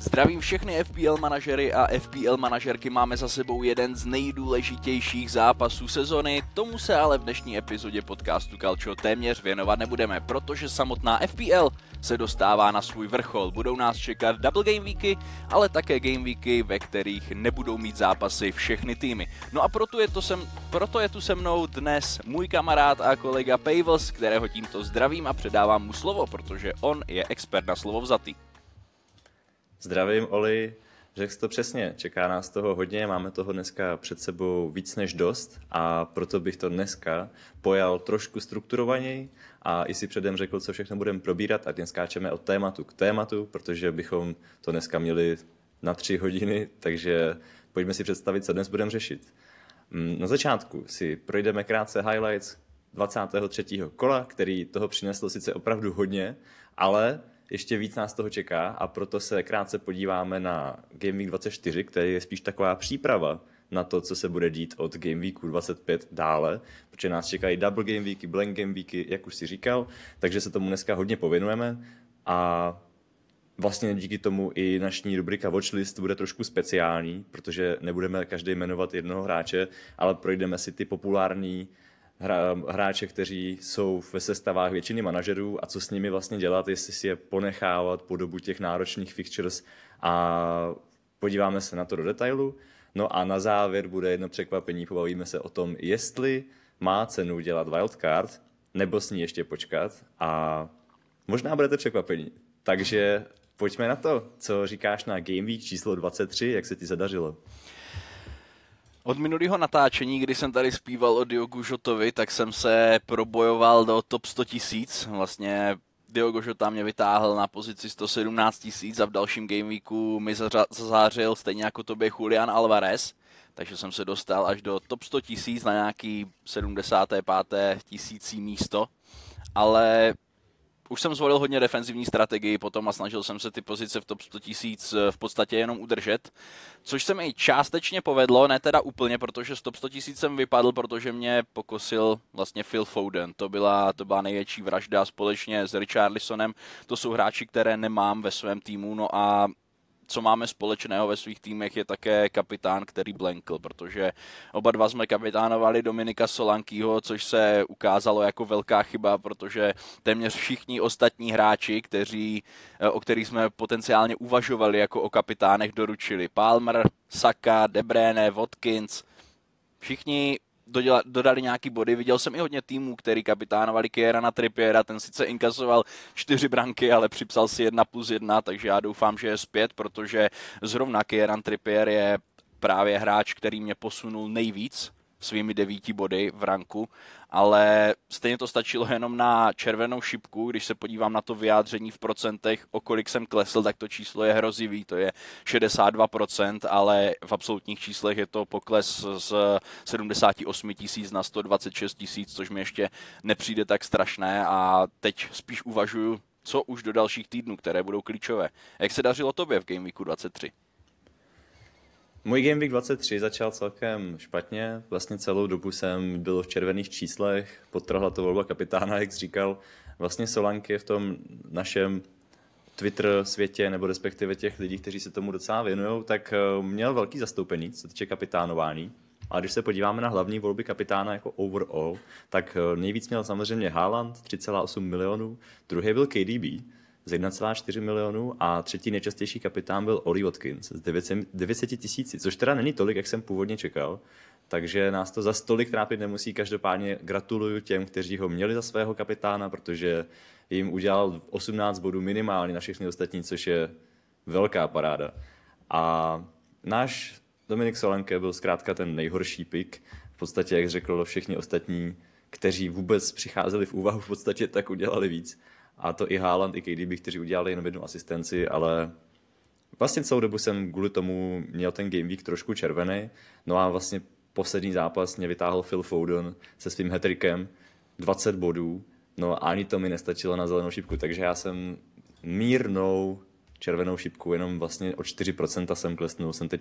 Zdravím všechny FPL manažery a FPL manažerky, máme za sebou jeden z nejdůležitějších zápasů sezony, tomu se ale v dnešní epizodě podcastu Calcio téměř věnovat nebudeme, protože samotná FPL se dostává na svůj vrchol. Budou nás čekat double game weeky, ale také game weeky, ve kterých nebudou mít zápasy všechny týmy. No a proto je tu se mnou dnes můj kamarád a kolega Pavels, kterého tímto zdravím a předávám mu slovo, protože on je expert na slovo vzatý. Zdravím, Oli, řekl jsi to přesně, čeká nás toho hodně, máme toho dneska před sebou víc než dost a proto bych to dneska pojal trošku strukturovaněji a i si předem řekl, co všechno budeme probírat a dnes skáčeme od tématu k tématu, protože bychom to dneska měli na 3 hodiny, takže pojďme si představit, co dnes budeme řešit. Na začátku si projdeme krátce highlights 23. kola, který toho přinesl sice opravdu hodně, ale ještě víc nás toho čeká a proto se krátce podíváme na Game Week 24, který je spíš taková příprava na to, co se bude dít od Game Weeku 25 dále, protože nás čekají double Game Weeky, blank Game Weeky, jak už si říkal, takže se tomu dneska hodně pověnujeme a vlastně díky tomu i naší rubrika Watchlist bude trošku speciální, protože nebudeme každý jmenovat jednoho hráče, ale projdeme si ty populární hráče, kteří jsou ve sestavách většiny manažerů a co s nimi vlastně dělat, jestli si je ponechávat po dobu těch náročných fixtures a podíváme se na to do detailu. No a na závěr bude jedno překvapení, pobavíme se o tom, jestli má cenu dělat wildcard nebo s ní ještě počkat a možná budete překvapení. Takže pojďme na to, co říkáš na Game Week číslo 23, jak se ti zadařilo? Od minulého natáčení, kdy jsem tady zpíval o Diogu Jotovi, tak jsem se probojoval do top 100 000. Vlastně Diogo Jota mě vytáhl na pozici 117 000 a v dalším gameweeku mi zazářil stejně jako tobě Julian Alvarez. Takže jsem se dostal až do top 100 000 na nějaký 75. tisící místo. Ale už jsem zvolil hodně defenzivní strategii potom a snažil jsem se ty pozice v top 100 000 v podstatě jenom udržet, což se mi částečně povedlo, ne teda úplně, protože z top 100 000 jsem vypadl, protože mě pokosil vlastně Phil Foden. To byla největší vražda společně s Richarlisonem. To jsou hráči, které nemám ve svém týmu, no a co máme společného ve svých týmech je také kapitán, který blankl, protože oba dva jsme kapitánovali Dominika Solankýho, což se ukázalo jako velká chyba, protože téměř všichni ostatní hráči, o kterých jsme potenciálně uvažovali jako o kapitánech, doručili. Palmer, Saka, De Bruyne, Watkins, všichni dodali nějaký body. Viděl jsem i hodně týmů, který kapitánovali Kierana Trippiera, ten sice inkasoval 4 branky, ale připsal si 1+1, takže já doufám, že je zpět, protože zrovna Kieran Trippier je právě hráč, který mě posunul nejvíc svými 9 body v ranku, ale stejně to stačilo jenom na červenou šipku, když se podívám na to vyjádření v procentech, o kolik jsem klesl, tak to číslo je hrozivý, to je 62%, ale v absolutních číslech je to pokles z 78 000 na 126 000, což mi ještě nepřijde tak strašné a teď spíš uvažuju, co už do dalších týdnů, které budou klíčové. Jak se dařilo tobě v Game Weeku 23? Můj Game Week 23 začal celkem špatně, vlastně celou dobu jsem byl v červených číslech, podtrhla to volba kapitána, jak jsi říkal, vlastně Solanky v tom našem Twitter světě, nebo respektive těch lidí, kteří se tomu docela věnují, tak měl velký zastoupení, co týče kapitánování. A když se podíváme na hlavní volby kapitána jako overall, tak nejvíc měl samozřejmě Haaland, 3,8 milionů, druhý byl KDB, z 1,4 milionů a třetí nejčastější kapitán byl Oli Watkins z 900 000, což teda není tolik, jak jsem původně čekal, takže nás to za tolik trápit nemusí. Každopádně gratuluju těm, kteří ho měli za svého kapitána, protože jim udělal 18 bodů minimálně na všechny ostatní, což je velká paráda. A náš Dominik Solanke byl zkrátka ten nejhorší pick, v podstatě, jak řekl, všichni ostatní, kteří vůbec přicházeli v úvahu, v podstatě tak udělali víc. A to i Haaland, i KDB, kteří udělali jenom jednu asistenci, ale vlastně celou dobu jsem kvůli tomu měl ten Game Week trošku červený. No a vlastně poslední zápas mě vytáhl Phil Foden se svým hat-trickem, 20 bodů, no a ani to mi nestačilo na zelenou šipku, takže já jsem mírnou červenou šipku, jenom vlastně o 4% jsem klesnul, jsem teď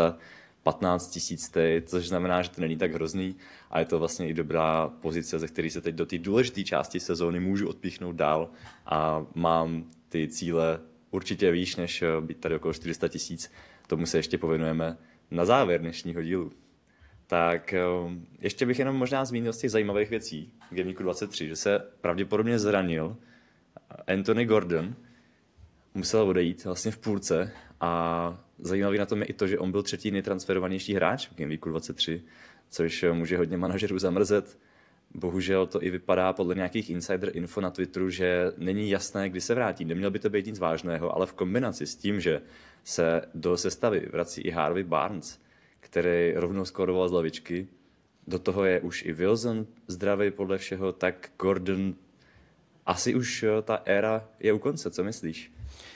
415 000, což znamená, že to není tak hrozný a je to vlastně i dobrá pozice, ze které se teď do té důležité části sezóny můžu odpíchnout dál a mám ty cíle určitě víš, než být tady okolo 400 tisíc. Tomu se ještě pověnujeme na závěr dnešního dílu. Tak ještě bych jenom možná zmínil z těch zajímavých věcí Game Weeku 23, že se pravděpodobně zranil Anthony Gordon, musel odejít vlastně v půlce a zajímavý na tom je i to, že on byl třetí nejtransferovanější hráč v Game Weeku 23, což může hodně manažerů zamrzet. Bohužel to i vypadá podle nějakých insider info na Twitteru, že není jasné, kdy se vrátí. Neměl by to být nic vážného, ale v kombinaci s tím, že se do sestavy vrací i Harvey Barnes, který rovnou skoroval z lavičky, do toho je už i Wilson zdravý podle všeho, tak Gordon, asi už ta éra je u konce, co myslíš?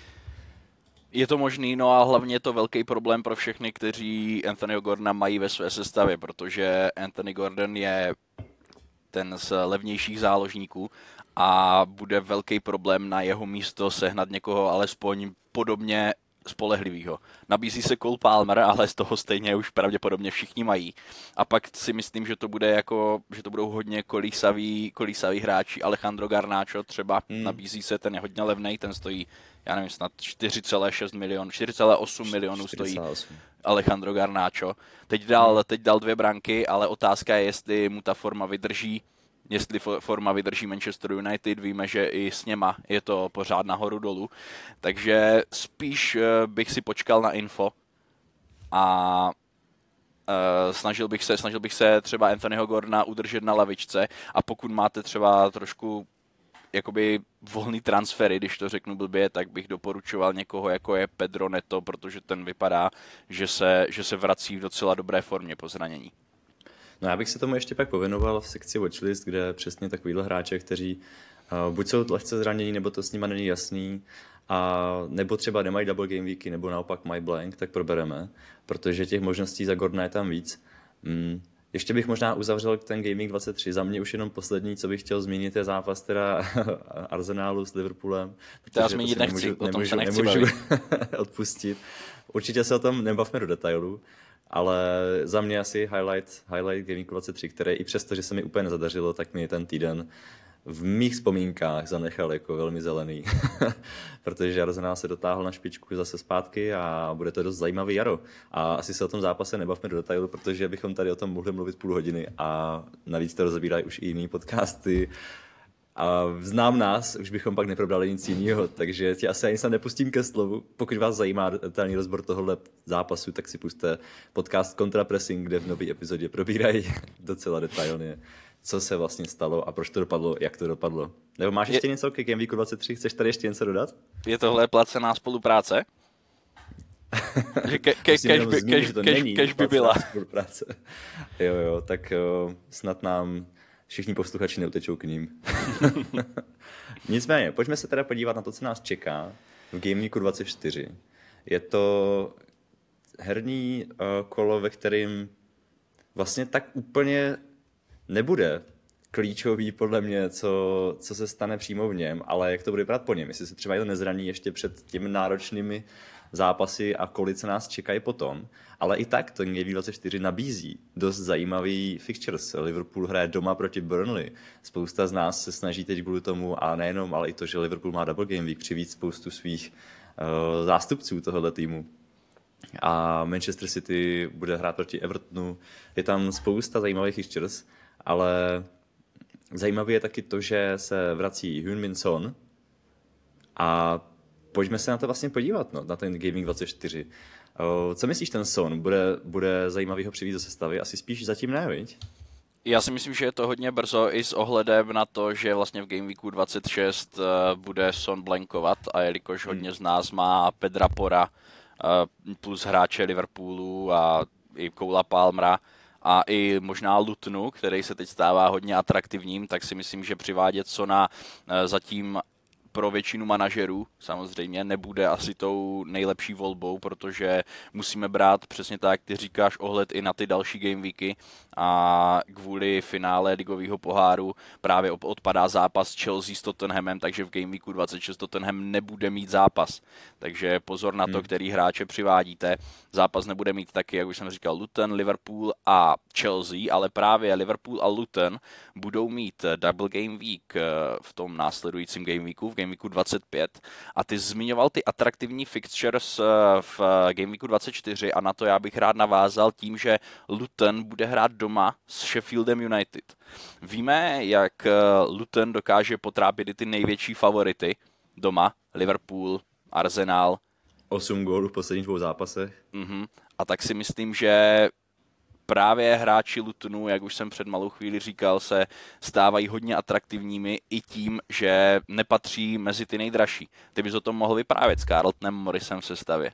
Je to možný, no a hlavně je to velký problém pro všechny, kteří Anthonyho Gordona mají ve své sestavě, protože Anthony Gordon je ten z levnějších záložníků a bude velký problém na jeho místo sehnat někoho alespoň podobně spolehlivýho. Nabízí se Cole Palmer, ale z toho stejně už pravděpodobně všichni mají. A pak si myslím, že to bude že to budou hodně kolísaví hráči. Alejandro Garnacho třeba nabízí se, ten je hodně levnej, ten stojí, já nevím, snad 4,6 milionů, 4,8 milionů stojí Alejandro Garnacho. Teď dal 2 branky, ale otázka je, jestli mu ta forma vydrží. Jestli forma vydrží Manchester United, víme, že i s něma je to pořád nahoru dolů. Takže spíš bych si počkal na info a snažil bych se třeba Anthonyho Gordona udržet na lavičce a pokud máte třeba trošku jakoby volný transfery, když to řeknu blbě, tak bych doporučoval někoho, jako je Pedro Neto, protože ten vypadá, že se vrací v docela dobré formě po zranění. No já bych se tomu ještě pak pověnoval v sekci Watchlist, kde přesně takovýhle hráče, kteří buď jsou lehce zranění, nebo to s nima není jasný, a nebo třeba nemají double game weeky, nebo naopak mají blank, tak probereme, protože těch možností za Gordona je tam víc. Ještě bych možná uzavřel ten Game Week 23. Za mě už jenom poslední, co bych chtěl zmínit, je zápas teda Arsenalu s Liverpoolem. To já zmínit nechci, o tom se nechci nemůžu bavit. odpustit. Určitě se o tom nebavme do detailu, ale za mě asi highlight Game Week 23, který i přesto, že se mi úplně nezadařilo, tak mi ten týden v mých vzpomínkách zanechal jako velmi zelený, protože Arsenal se dotáhl na špičku zase zpátky a bude to dost zajímavý jaro. A asi se o tom zápase nebavme do detailu, protože bychom tady o tom mohli mluvit půl hodiny a navíc to rozebírají už i jiný podcasty. A znám nás, už bychom pak neprobrali nic jiného, takže tě asi ani se nepustím ke slovu. Pokud vás zajímá detailní rozbor tohohle zápasu, tak si puste podcast Contrapressing, kde v nové epizodě probírají docela detailně, co se vlastně stalo a proč to dopadlo, jak to dopadlo. Nebo máš ještě něco ke Game Weeku 23? Chceš tady ještě něco dodat? Je tohle placená spolupráce? Kež by byla. Spolupráce. Jo, tak snad nám všichni posluchači neutečou k ním. Nicméně, pojďme se teda podívat na to, co nás čeká v Game Weeku 24. Je to herní kolo, ve kterým vlastně tak úplně nebude klíčový podle mě, co se stane přímo v něm, ale jak to bude vypadat po něm. Jestli se třeba to nezraní ještě před těmi náročnými zápasy a kolice nás čekají potom. Ale i tak to Game 24 nabízí dost zajímavý fixtures. Liverpool hraje doma proti Burnley. Spousta z nás se snaží teď kvůli tomu, a nejenom, ale i to, že Liverpool má double game week, přivít spoustu svých zástupců tohoto týmu. A Manchester City bude hrát proti Evertonu. Je tam spousta zajímavých fixtures, ale zajímavé je taky to, že se vrací Heung-min Son a pojďme se na to vlastně podívat, no, na ten Gaming 24. Co myslíš, ten Son? Bude zajímavý ho přivít do sestavy? Asi spíš zatím ne, viď? Já si myslím, že je to hodně brzo i s ohledem na to, že vlastně v Game Weeku 26 bude Son blankovat a jelikož hodně z nás má Pedra Pora plus hráče Liverpoolu a i Cola Palmera a i možná Lutonu, který se teď stává hodně atraktivním, tak si myslím, že přivádět Sona zatím pro většinu manažerů samozřejmě nebude asi tou nejlepší volbou, protože musíme brát přesně tak, ty říkáš, ohled i na ty další gameweeky a kvůli finále ligového poháru právě odpadá zápas Chelsea s Tottenhamem, takže v gameweeku 26 Tottenham nebude mít zápas. Takže pozor na to, který hráče přivádíte. Zápas nebude mít taky, jak už jsem říkal, Luton, Liverpool a Chelsea, ale právě Liverpool a Luton budou mít double game week v tom následujícím gameweeku, v Game Weeku 25 a ty zmiňoval ty atraktivní fixtures v Game Weeku 24 a na to já bych rád navázal tím, že Luton bude hrát doma s Sheffieldem United. Víme, jak Luton dokáže potrápit i ty největší favority doma, Liverpool, Arsenal. 8 gólů v posledních 2 zápasech. A tak si myslím, že právě hráči Lutonu, jak už jsem před malou chvíli říkal, se stávají hodně atraktivními i tím, že nepatří mezi ty nejdražší. Ty bys o tom mohl vyprávět s Carltonem Morrisem v sestavě.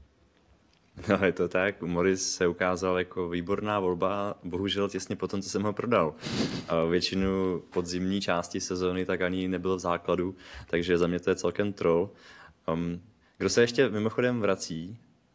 No, je to tak. Morris se ukázal jako výborná volba, bohužel těsně po tom, co jsem ho prodal. Většinu podzimní části sezóny tak ani nebyl v základu, takže za mě to je celkem troll. Kdo se ještě mimochodem vrací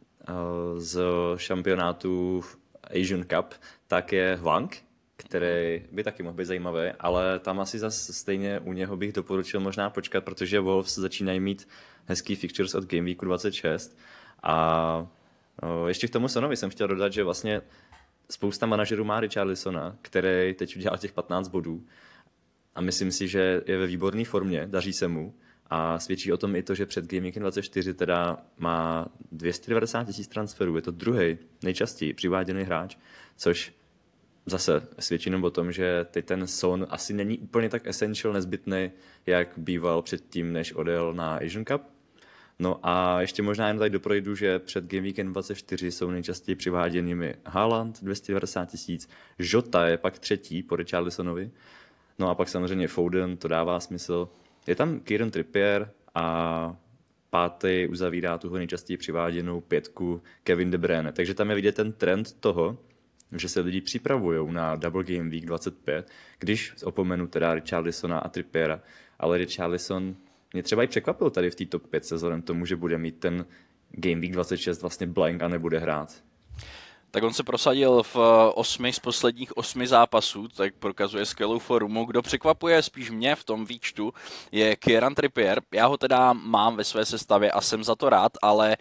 z šampionátu Asian Cup, tak je Hwang, který by taky mohl být zajímavý, ale tam asi zase stejně u něho bych doporučil možná počkat, protože Wolves začínají mít hezký fixtures od Game Weeku 26 a ještě k tomu Sonovi jsem chtěl dodat, že vlastně spousta manažerů má Richarlisona, který teď udělal těch 15 bodů a myslím si, že je ve výborné formě, daří se mu a svědčí o tom i to, že před Game Weekem 24 teda má 290 000 transferů, je to druhý nejčastěji přiváděný hráč, což zase svědčí jenom o tom, že teď ten Son asi není úplně tak essential nezbytný, jak býval předtím, než odjel na Asian Cup. No a ještě možná jen tady doprojdu, že před Game Weekem 24 jsou nejčastěji přiváděnými Haaland 290 000, Jota je pak třetí po Richarlisonovi, no a pak samozřejmě Foden, to dává smysl. Je tam Kieran Trippier a pátý uzavírá tuhle nejčastěji přiváděnou 5 Kevin De Bruyne. Takže tam je vidět ten trend toho, že se lidi připravují na Double Game Week 25, když opomenu teda Richarlisona a Trippiera, ale Richarlison mě třeba i překvapil tady v té top 5 sezónem tomu, že bude mít ten Game Week 26 vlastně blank a nebude hrát. Tak on se prosadil v 8 z posledních 8 zápasů, tak prokazuje skvělou formu. Kdo překvapuje spíš mě v tom výčtu je Kieran Trippier. Já ho teda mám ve své sestavě a jsem za to rád, ale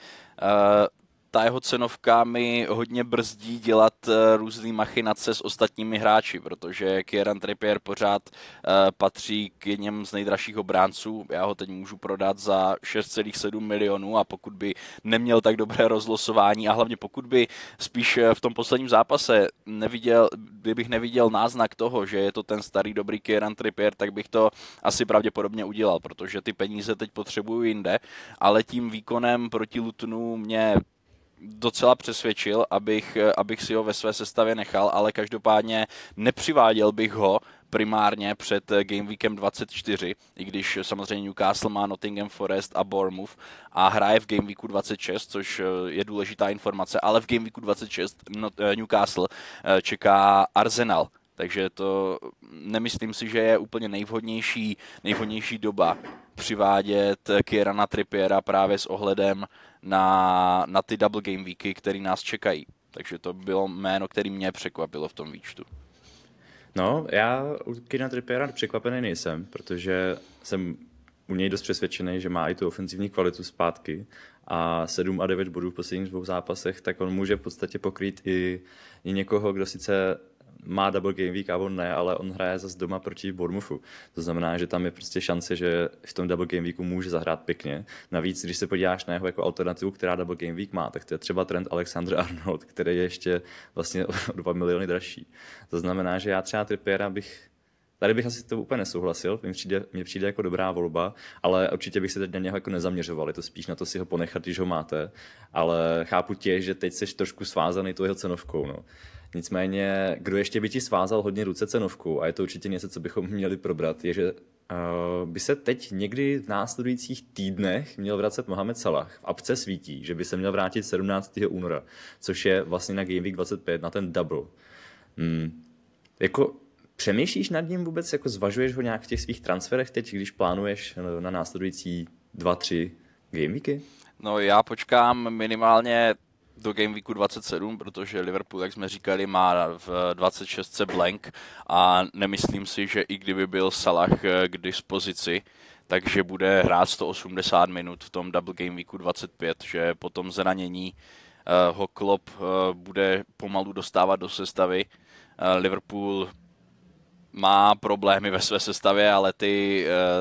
ta jeho cenovka mi hodně brzdí dělat různý machinace s ostatními hráči, protože Kieran Trippier pořád patří k jedním z nejdražších obránců. Já ho teď můžu prodat za 6,7 milionů a pokud by neměl tak dobré rozlosování a hlavně pokud by spíš v tom posledním zápase kdybych neviděl náznak toho, že je to ten starý dobrý Kieran Trippier, tak bych to asi pravděpodobně udělal, protože ty peníze teď potřebuju jinde, ale tím výkonem proti Lutonu mě docela přesvědčil, abych si ho ve své sestavě nechal, ale každopádně nepřiváděl bych ho primárně před Game Weekem 24, i když samozřejmě Newcastle má Nottingham Forest a Bournemouth a hraje v Game Weeku 26, což je důležitá informace, ale v Game Weeku 26 Newcastle čeká Arsenal. Takže to nemyslím si, že je úplně nejvhodnější doba přivádět Kierana Trippiera právě s ohledem na ty double game weeky, které nás čekají. Takže to bylo jméno, které mě překvapilo v tom výčtu. No, já u Kierana Trippiera překvapený nejsem, protože jsem u něj dost přesvědčený, že má i tu ofenzivní kvalitu zpátky a 7 a 9 bodů v posledních 2 zápasech, tak on může v podstatě pokrýt i někoho, kdo sice má double game week a on ne, ale on hraje zase doma proti Bournemouthu. To znamená, že tam je prostě šance, že v tom double game weeku může zahrát pěkně. Navíc, když se podíváš na jeho jako alternativu, která double game week má, tak to je třeba Trent Alexander-Arnold, který je ještě vlastně o 2 miliony dražší. To znamená, že já třeba Trippiera tady bych asi to úplně nesouhlasil, mně přijde jako dobrá volba, ale určitě bych se teď na něho jako nezaměřoval, je to spíš na to si ho ponechat, když ho máte, ale chápu tě, že teď jsi trošku svázaný tou jeho cenovkou, no. Nicméně, kdo ještě by ti svázal hodně ruce cenovkou, a je to určitě něco, co bychom měli probrat, je, že by se teď někdy v následujících týdnech měl vracet Mohamed Salah. V apce svítí, že by se měl vrátit 17. února, což je vlastně na Game Week 25, na ten double. Jako přemýšlíš nad ním vůbec, jako zvažuješ ho nějak v těch svých transferech teď, když plánuješ na následující 2-3 Game Weeky? No já počkám minimálně do Game Weeku 27, protože Liverpool, jak jsme říkali, má v 26 blank a nemyslím si, že i kdyby byl Salah k dispozici, takže bude hrát 180 minut v tom Double Game Weeku 25, že po tom zranění ho Klopp bude pomalu dostávat do sestavy. Liverpool má problémy ve své sestavě, ale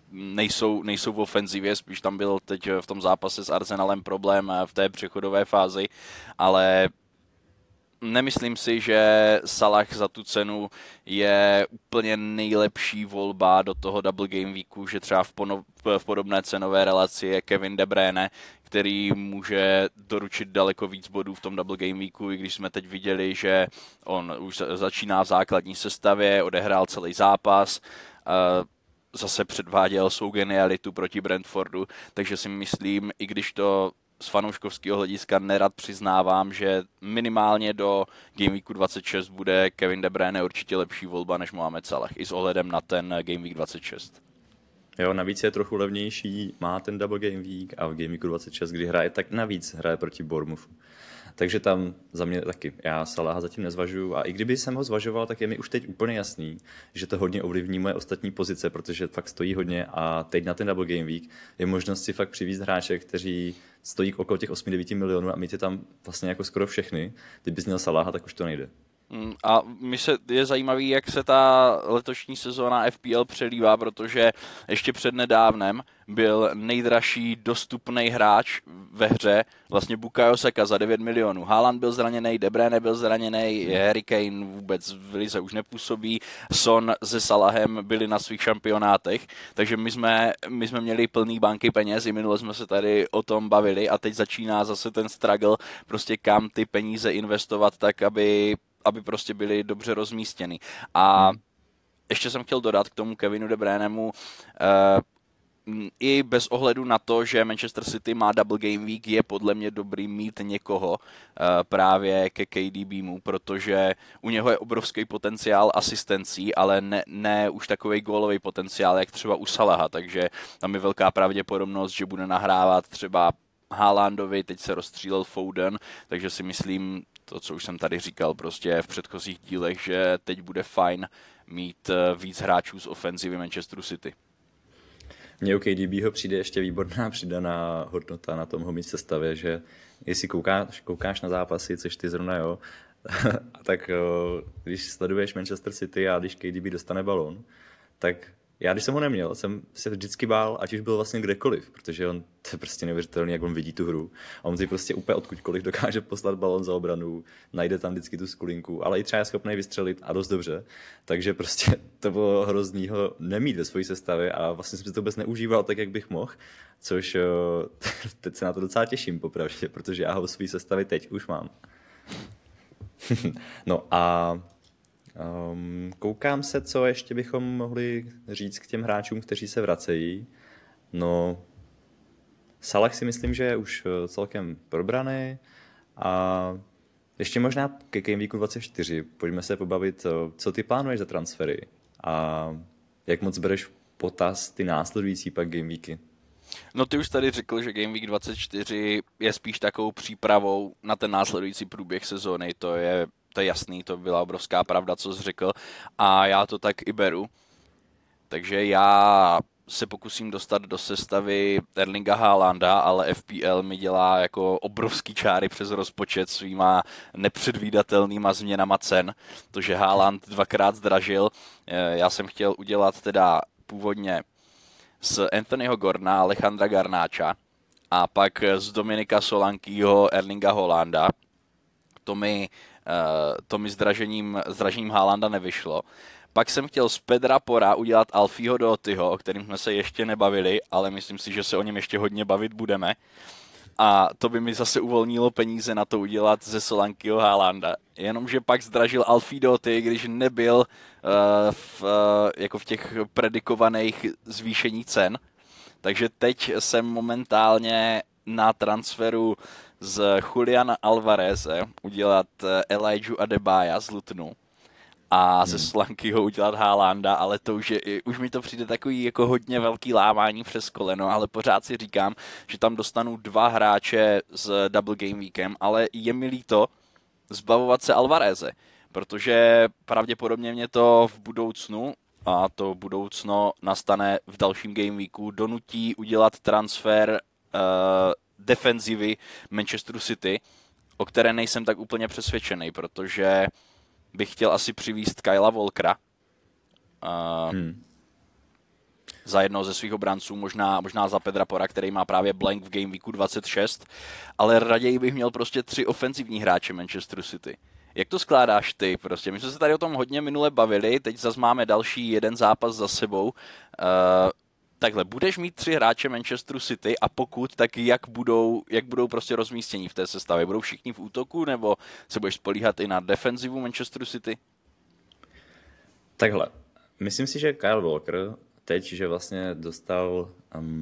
nejsou v ofenzivě, spíš tam byl teď v tom zápase s Arsenalem problém v té přechodové fázi, ale nemyslím si, že Salah za tu cenu je úplně nejlepší volba do toho double game weeku, že třeba v podobné cenové relaci je Kevin De Bruyne, který může doručit daleko víc bodů v tom double game weeku, i když jsme teď viděli, že on už začíná v základní sestavě, odehrál celý zápas, zase předváděl svou genialitu proti Brentfordu, takže si myslím, i když to z fanouškovského hlediska nerad přiznávám, že minimálně do Game Weeku 26 bude Kevin De Bruyne určitě lepší volba než Mohamed Salah, i s ohledem na ten Game Week 26. Jo, navíc je trochu levnější, má ten double Game Week a v Game Weeku 26, kdy hraje, tak navíc hraje proti Bournemouthu. Takže tam za mě taky, já Salaha zatím nezvažuju a i kdyby jsem ho zvažoval, tak je mi už teď úplně jasný, že to hodně ovlivní moje ostatní pozice, protože fakt stojí hodně a teď na ten double game week je možnost si fakt přivízt hráče, kteří stojí okolo těch 8-9 milionů a mít je tam vlastně jako skoro všechny. Kdybys měl Salaha, tak už to nejde. A je zajímavý, jak se ta letošní sezóna FPL přelívá, protože ještě přednedávnem byl nejdražší dostupný hráč ve hře vlastně Bukayo Saka za 9 milionů. Haaland byl zraněný, De Bruyne byl zraněný, Harry Kane vůbec v lize už nepůsobí, Son se Salahem byli na svých šampionátech, takže my jsme měli plný banky peněz, i minule jsme se tady o tom bavili a teď začíná zase ten struggle, prostě kam ty peníze investovat tak, aby prostě byly dobře rozmístěny. A ještě jsem chtěl dodat k tomu Kevinu De Bruynemu, i bez ohledu na to, že Manchester City má double game week, je podle mě dobrý mít někoho právě ke KDBmu, protože u něho je obrovský potenciál asistencí, ale ne už takovej gólový potenciál, jak třeba u Salaha, takže tam je velká pravděpodobnost, že bude nahrávat třeba Haalandovi, teď se rozstřílel Foden, takže si myslím, to, co už jsem tady říkal prostě v předchozích dílech, že teď bude fajn mít víc hráčů z ofenzivy Manchesteru City. Mně u KDBho přijde ještě výborná přidaná hodnota na tom ho mít v sestavě, že jestli koukáš na zápasy, což ty zrovna jo, tak když sleduješ Manchester City a když KDB dostane balón, tak já, když jsem ho neměl, jsem se vždycky bál, ať už byl vlastně kdekoliv, protože on, to je prostě neuvěřitelný, jak on vidí tu hru. A on si prostě úplně odkudkoliv dokáže poslat balon za obranu, najde tam vždycky tu skulinku, ale i třeba je schopný vystřelit a dost dobře. Takže prostě to bylo hrozný ho nemít ve své sestavě a vlastně jsem si to vůbec neužíval tak, jak bych mohl, což teď se na to docela těším popravdě, protože já ho v své sestavě teď už mám. No a koukám se, co ještě bychom mohli říct k těm hráčům, kteří se vracejí. No, Salah si myslím, že je už celkem probraný a ještě možná ke Game Weeku 24 pojďme se pobavit, co ty plánuješ za transfery a jak moc bereš v potaz ty následující pak Game Weeky. No ty už tady řekl, že Game Week 24 je spíš takovou přípravou na ten následující průběh sezóny, to je jasný, to byla obrovská pravda, co jsi řekl a já to tak i beru. Takže já se pokusím dostat do sestavy Erlinga Haalanda, ale FPL mi dělá jako obrovský čáry přes rozpočet svýma nepředvídatelnýma změnama cen, to, že Haaland dvakrát zdražil. Já jsem chtěl udělat teda původně z Anthonyho Gordona, Alejandra Garnáča a pak z Dominika Solankýho, Erlinga Haalanda. To mi zdražením Haalanda nevyšlo. Pak jsem chtěl z Pedra Pora udělat Alfího Doughtyho, o kterým jsme se ještě nebavili, ale myslím si, že se o něm ještě hodně bavit budeme. A to by mi zase uvolnilo peníze na to udělat ze Solankyho Haalanda. Jenomže pak zdražil Alfí Doughty, když nebyl jako v těch predikovaných zvýšení cen. Takže teď jsem momentálně na transferu z Juliana Alvareze udělat Elijah Adebayo z Lutonu a ze Solankyho udělat Haalanda, ale to už mi to přijde takový jako hodně velký lámání přes koleno, ale pořád si říkám, že tam dostanu 2 hráče s double game weekem, ale je mi líto zbavovat se Alvareze, protože pravděpodobně mě to v budoucnu, a to budoucno nastane v dalším game weeku, donutí udělat transfer defenzivy Manchesteru City, o které nejsem tak úplně přesvědčený, protože bych chtěl asi přivízt Kylea Walkera za jednoho ze svých obránců, možná za Pedra Pora, který má právě blank v Game Weeku 26, ale raději bych měl prostě 3 ofenzivní hráče Manchesteru City. Jak to skládáš ty prostě? My jsme se tady o tom hodně minule bavili, teď zase máme další jeden zápas za sebou. Takhle, budeš mít 3 hráče Manchesteru City a pokud, tak jak budou prostě rozmístění v té sestavě? Budou všichni v útoku nebo se budeš spolíhat i na defenzivu Manchesteru City? Takhle, myslím si, že Kyle Walker teď, že vlastně dostal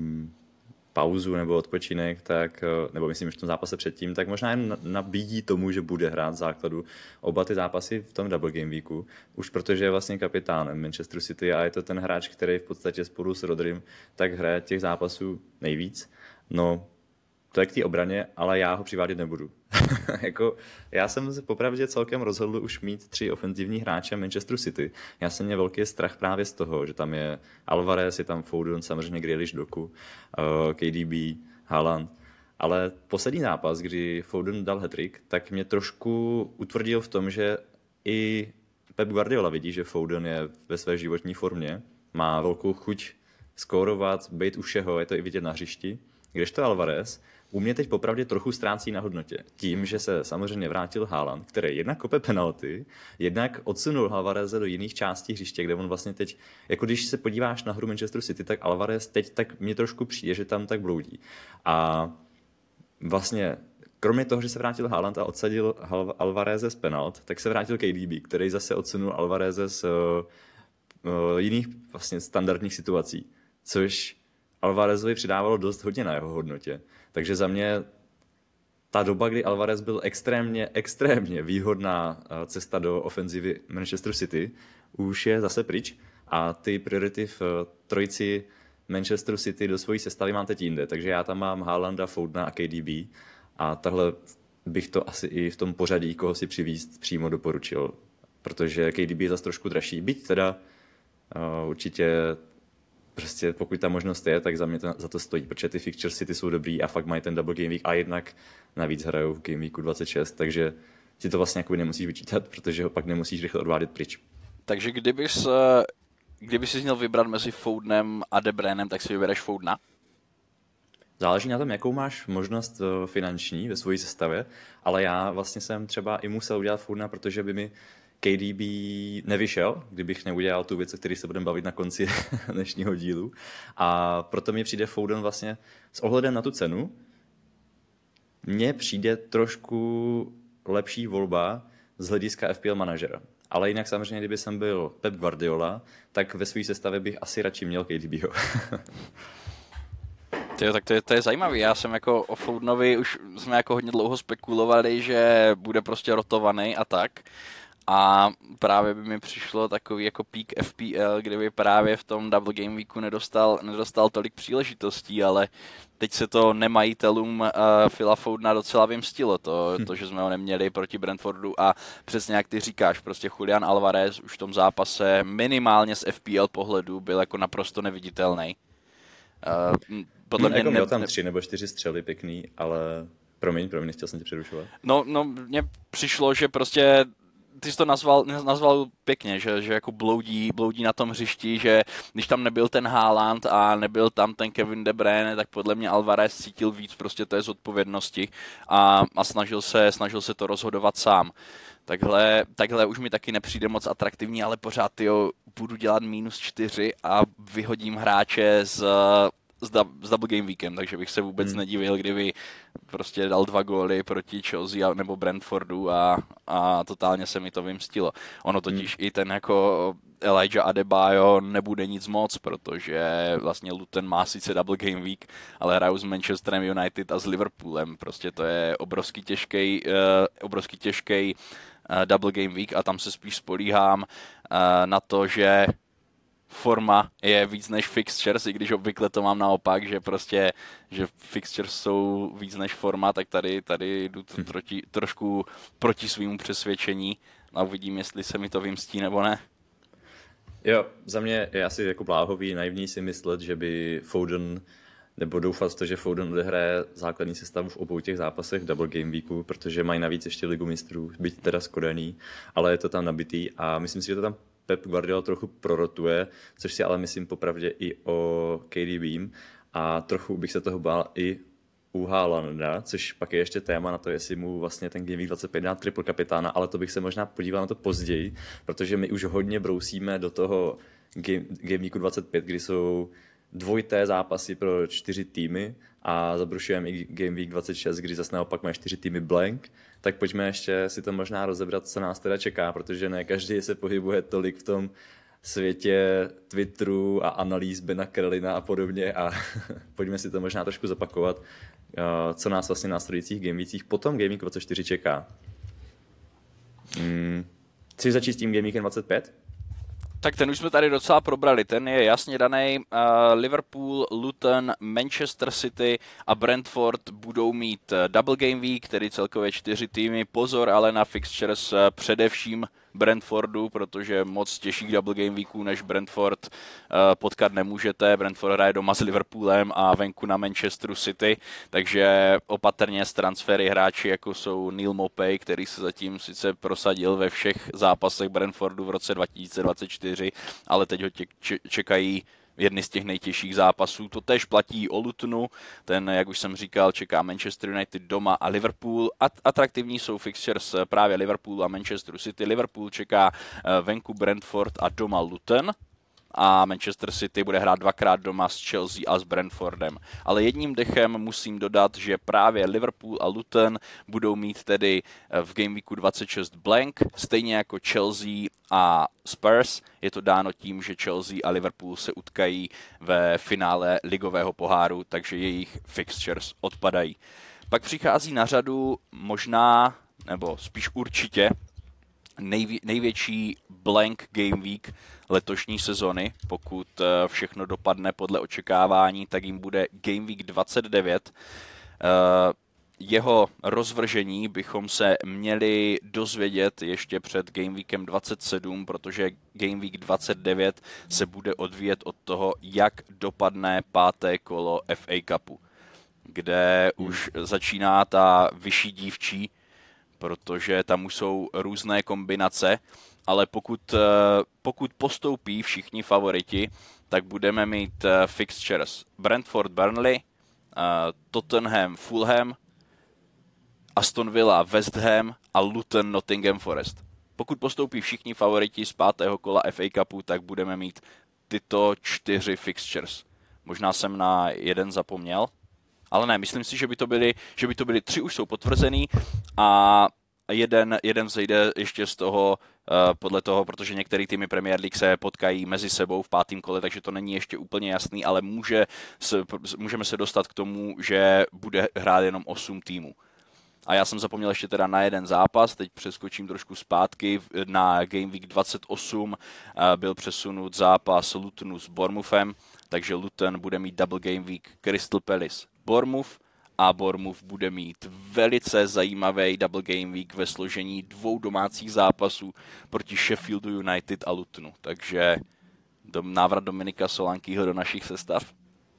pauzu nebo odpočinek, tak, nebo myslím, že v tom zápase předtím, tak možná jen nabídí tomu, že bude hrát v základu oba ty zápasy v tom Double Game Weeku, už protože je vlastně kapitánem Manchesteru City a je to ten hráč, který v podstatě spolu s Rodrym tak hraje těch zápasů nejvíc. No, to je k té obraně, ale já ho přivádět nebudu. Jako, já jsem se popravdě celkem rozhodl už mít 3 ofenzivní hráče Manchesteru City. Já jsem měl velký strach právě z toho, že tam je Alvarez, je tam Foden, samozřejmě Grealish, Doku, KDB, Haaland. Ale poslední zápas, kdy Foden dal hat-trick, tak mě trošku utvrdil v tom, že i Pep Guardiola vidí, že Foden je ve své životní formě, má velkou chuť skórovat, být u všeho, je to i vidět na hřišti. Kdežto Alvarez u mě teď popravdě trochu ztrácí na hodnotě. Tím, že se samozřejmě vrátil Haaland, který jednak kope penalty, jednak odsunul Alvareze do jiných částí hřiště, kde on vlastně teď, jako když se podíváš na hru Manchesteru City, tak Alvarez teď tak mě trošku přijde, že tam tak bloudí. A vlastně kromě toho, že se vrátil Haaland a odsadil Alvareze z penalt, tak se vrátil KDB, který zase odsunul Alvareze z jiných vlastně standardních situací, což Alvarezovi přidávalo dost hodně na jeho hodnotě. Takže za mě ta doba, kdy Alvarez byl extrémně výhodná cesta do ofenzivy Manchester City, už je zase pryč a ty priority v trojici Manchester City do svojí sestavy mám teď jinde. Takže já tam mám Haalanda, Fodena a KDB a tahle bych to asi i v tom pořadí, koho si přivízt, přímo doporučil, protože KDB je zase trošku dražší. Byť teda určitě prostě pokud ta možnost je, tak za mě to, za to stojí, protože ty fixtures City jsou dobrý a fakt mají ten double game week a jednak navíc hrajou v game weeku 26, takže si to vlastně jako nemusíš vyčítat, protože ho pak nemusíš rychle odvádět pryč. Takže kdybys si měl vybrat mezi Fodenem a De Bruynem, tak si vybereš Fodena? Záleží na tom, jakou máš možnost finanční ve své sestavě, ale já vlastně jsem třeba i musel udělat Fodena, protože by mi KDB nevyšel, kdybych neudělal tu věc, o které se budeme bavit na konci dnešního dílu. A proto mi přijde Foden vlastně s ohledem na tu cenu, mně přijde trošku lepší volba z hlediska FPL manažera. Ale jinak samozřejmě, kdyby jsem byl Pep Guardiola, tak ve své sestavě bych asi radši měl KDBho. Tak to je zajímavý. Já jsem jako o Fodenovi už jsme jako hodně dlouho spekulovali, že bude prostě rotovaný a tak. A právě by mi přišlo takový jako peak FPL, kdyby právě v tom Double Game Weeku nedostal tolik příležitostí, ale teď se to nemajitelům Phila Fodena docela vymstilo, to, že jsme ho neměli proti Brentfordu a přesně jak ty říkáš, prostě Julian Alvarez už v tom zápase minimálně z FPL pohledu byl jako naprosto neviditelný. Podle mě měl tam 3 nebo 4 střely pěkný, ale promiň, nechtěl jsem tě přerušovat. No, mně přišlo, že prostě ty jsi to nazval pěkně, že jako bloudí na tom hřišti, že když tam nebyl ten Haaland a nebyl tam ten Kevin De Bruyne, tak podle mě Alvarez cítil víc prostě té zodpovědnosti a snažil se to rozhodovat sám. Takhle už mi taky nepřijde moc atraktivní, ale pořád budu dělat -4 a vyhodím hráče s Double Game Weekem, takže bych se vůbec nedivil, kdyby prostě dal 2 góly proti Chelsea nebo Brentfordu a totálně se mi to vymstilo. Ono totiž i ten jako Elijah Adebayo nebude nic moc, protože vlastně Luton má sice Double Game Week, ale hrajou s Manchesterem United a s Liverpoolem. Prostě to je obrovský těžký Double Game Week a tam se spíš spolíhám na to, že forma je víc než fixtures, i když obvykle to mám naopak, že prostě, že fixtures jsou víc než forma, tak tady jdu trošku proti svýmu přesvědčení a uvidím, jestli se mi to vymstí nebo ne. Jo, za mě je asi jako bláhový, naivní si myslet, že by Foden, nebo doufat v to, že Foden odehraje základní sestavu v obou těch zápasech Double Game Weeku, protože mají navíc ještě Ligu mistrů, byť teda skorený, ale je to tam nabitý a myslím si, že to tam Pep Guardiola trochu prorotuje, což si ale myslím popravdě i o KDB. A trochu bych se toho bál i u Haalanda, což pak je ještě téma na to, jestli mu vlastně ten Game Week 25 dá triple kapitána, ale to bych se možná podíval na to později, protože my už hodně brousíme do toho Game Weeku 25, kdy jsou dvojité zápasy pro 4 týmy a zabrušujeme i Game Week 26, kdy zase naopak má 4 týmy blank, tak pojďme ještě si to možná rozebrat, co nás teda čeká, protože ne každý se pohybuje tolik v tom světě Twitteru a analýz Bena Krellina a podobně a pojďme si to možná trošku zopakovat, co nás vlastně v následujících gameweekích potom Game Week 24 čeká. Chceš začít s tím Game Weekem 25? Tak ten už jsme tady docela probrali, ten je jasně daný. Liverpool, Luton, Manchester City a Brentford budou mít double game week, tedy celkově 4 týmy. Pozor ale na fixtures především Brentfordu, protože moc těžších double game weeků než Brentford potkat nemůžete. Brentford hraje doma s Liverpoolem a venku na Manchesteru City, takže opatrně s transfery hráči, jako jsou Neil Maupay, který se zatím sice prosadil ve všech zápasech Brentfordu v roce 2024, ale teď ho čekají jedny z těch nejtěžších zápasů. To též platí o Lutonu, ten, jak už jsem říkal, čeká Manchester United doma a Liverpool. Atraktivní jsou fixtures právě Liverpoolu a Manchesteru City. Liverpool čeká venku Brentford a doma Luton a Manchester City bude hrát dvakrát doma s Chelsea a s Brentfordem. Ale jedním dechem musím dodat, že právě Liverpool a Luton budou mít tedy v Game Weeku 26 blank, stejně jako Chelsea a Spurs. Je to dáno tím, že Chelsea a Liverpool se utkají ve finále ligového poháru, takže jejich fixtures odpadají. Pak přichází na řadu možná, nebo spíš určitě, největší blank game week letošní sezony. Pokud všechno dopadne podle očekávání, tak jim bude Game Week 29. Jeho rozvržení bychom se měli dozvědět ještě před Game Weekem 27, protože Game Week 29 se bude odvíjet od toho, jak dopadne páté kolo FA Cupu, kde už začíná ta vyšší dívčí, protože tam už jsou různé kombinace, ale pokud postoupí všichni favoriti, tak budeme mít fixtures Brentford Burnley, Tottenham Fulham, Aston Villa West Ham a Luton Nottingham Forest. Pokud postoupí všichni favoriti z pátého kola FA Cupu, tak budeme mít tyto 4 fixtures. Možná jsem na jeden zapomněl, ale ne, myslím si, že by to byly 3 už jsou potvrzený a jeden vzejde ještě z toho, podle toho, protože některé týmy Premier League se potkají mezi sebou v pátém kole, takže to není ještě úplně jasný, ale můžeme se dostat k tomu, že bude hrát jenom 8 týmů. A já jsem zapomněl ještě teda na jeden zápas, teď přeskočím trošku zpátky, na Game Week 28 byl přesunut zápas Lutonu s Bournemouthem, takže Luton bude mít double Game Week Crystal Palace Bournemouth a Bournemouth bude mít velice zajímavý double game week ve složení 2 domácích zápasů proti Sheffieldu United a Lutonu. Takže návrat Dominika Solankyho do našich sestav.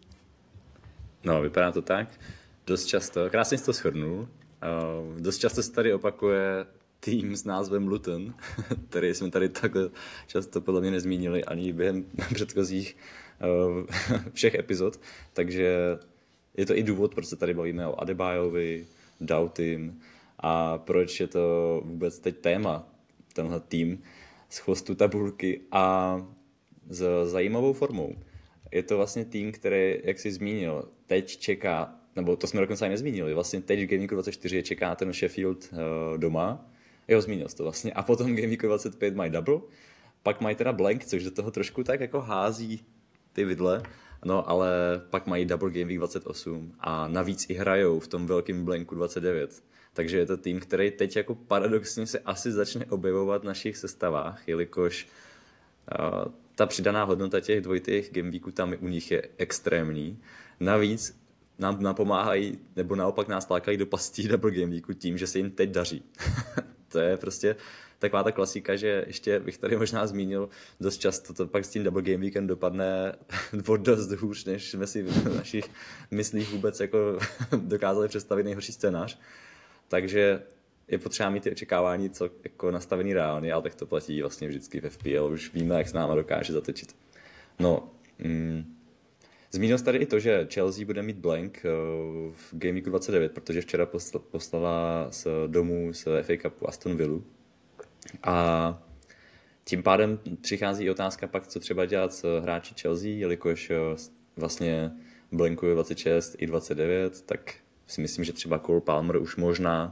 No, vypadá to tak. Dost často, krásně jsi to shrnul, dost často se tady opakuje tým s názvem Luton, který jsme tady tak často podle mě nezmínili ani během předchozích všech epizod, takže je to i důvod, proč se tady bavíme o Adebayovi, Doughtym a proč je to vůbec teď téma, tenhle tým z chvostu tabulky a s zajímavou formou. Je to vlastně tým, který, jak jsi zmínil, teď čeká, nebo to jsme dokonce ani nezmínili, vlastně teď v Game Weeku 24 čeká ten Sheffield doma, zmínil jsi to vlastně, a potom Game Weeku 25 mají double, pak mají teda blank, což do toho trošku tak jako hází ty vidle. No, ale pak mají double game week 28 a navíc i hrajou v tom velkém blanku 29. Takže je to tým, který teď jako paradoxně se asi začne objevovat v našich sestavách, jelikož ta přidaná hodnota těch dvojitých game weeků tam u nich je extrémní. Navíc nám napomáhají, nebo naopak nás lákají do pastí double game weeku tím, že se jim teď daří. To je prostě taková ta klasika, že ještě bych tady možná zmínil, dost často to pak s tím double game weekend dopadne dost hůř, než jsme si v našich myslích vůbec jako dokázali představit nejhorší scénář. Takže je potřeba mít ty očekávání co jako nastavený reálně, ale tak to platí vlastně vždycky v FPL, už víme, jak s náma dokáže zatočit. No, zmínil jsi tady i to, že Chelsea bude mít blank v Game Weeku 29, protože včera poslala z domů z FA Cupu Aston Villa. A tím pádem přichází i otázka pak, co třeba dělat s hráči Chelsea, jelikož vlastně blankuje 26 i 29, tak si myslím, že třeba Cole Palmer už možná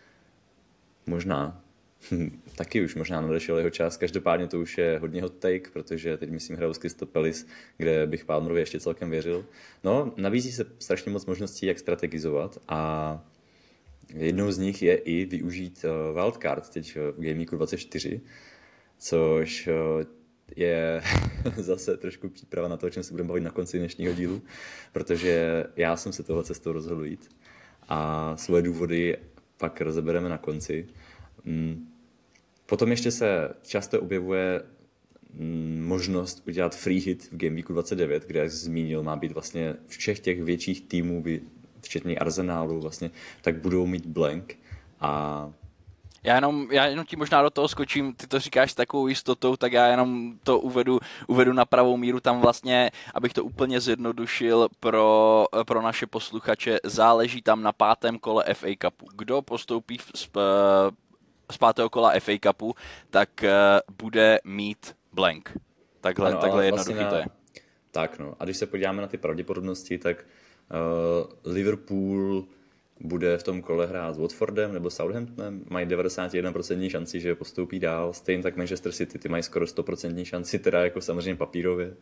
taky už možná nadešel jeho čas. Každopádně to už je hodně hot take, protože teď myslím hraju s Crystal Palace, kde bych Palmerovi ještě celkem věřil. No, nabízí se strašně moc možností, jak strategizovat a jednou z nich je i využít wildcard teď v Game Weeku 24, což je zase trošku příprava na to, o čem se budeme bavit na konci dnešního dílu, protože já jsem se tohle cestou rozhodl jít a svoje důvody pak rozebereme na konci. Potom ještě se často objevuje možnost udělat free hit v Game Weeku 29, kde, jak jsi zmínil, má být vlastně všech těch větších týmů, včetně Arsenálu, vlastně, tak budou mít blank a Já jenom ti možná do toho skočím, ty to říkáš s takovou jistotou, tak já jenom to uvedu na pravou míru, tam vlastně, abych to úplně zjednodušil pro naše posluchače, záleží tam na 5. kole FA Cupu. Kdo postoupí z 5. kola FA Cupu, tak bude mít blank. Takhle jednoduchý to je. Tak no, a když se podíváme na ty pravděpodobnosti, tak Liverpool bude v tom kole hrát s Watfordem nebo Southamptonem, mají 91% šanci, že postoupí dál, stejně tak Manchester City, ty mají skoro 100% šanci, teda jako samozřejmě papírově,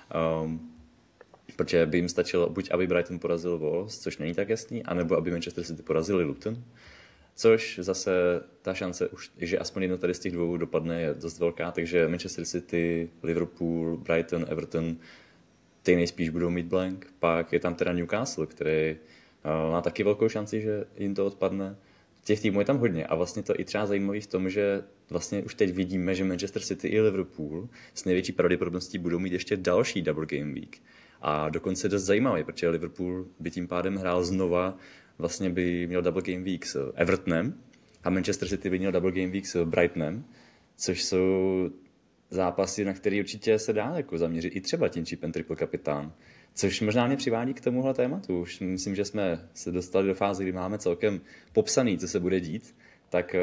protože by jim stačilo buď, aby Brighton porazil Wolves, což není tak jasný, anebo aby Manchester City porazili Luton, což zase ta šance, už, že aspoň jedno tady z těch dvou dopadne, je dost velká, takže Manchester City, Liverpool, Brighton, Everton, ty nejspíš budou mít blank, pak je tam teda Newcastle, který má taky velkou šanci, že jim to odpadne. Těch týmů je tam hodně a vlastně to i třeba zajímavý v tom, že vlastně už teď vidíme, že Manchester City i Liverpool s největší pravděpodobností budou mít ještě další double game week. A dokonce dost zajímavý, protože Liverpool by tím pádem hrál znova, vlastně by měl double game week s Evertonem a Manchester City by měl double game week s Brightonem, což jsou zápasy, na které určitě se dá jako zaměřit i třeba tím čipem triple kapitán. Což možná mě přivádí k tomuhle tématu. Už myslím, že jsme se dostali do fáze, kdy máme celkem popsaný, co se bude dít. Tak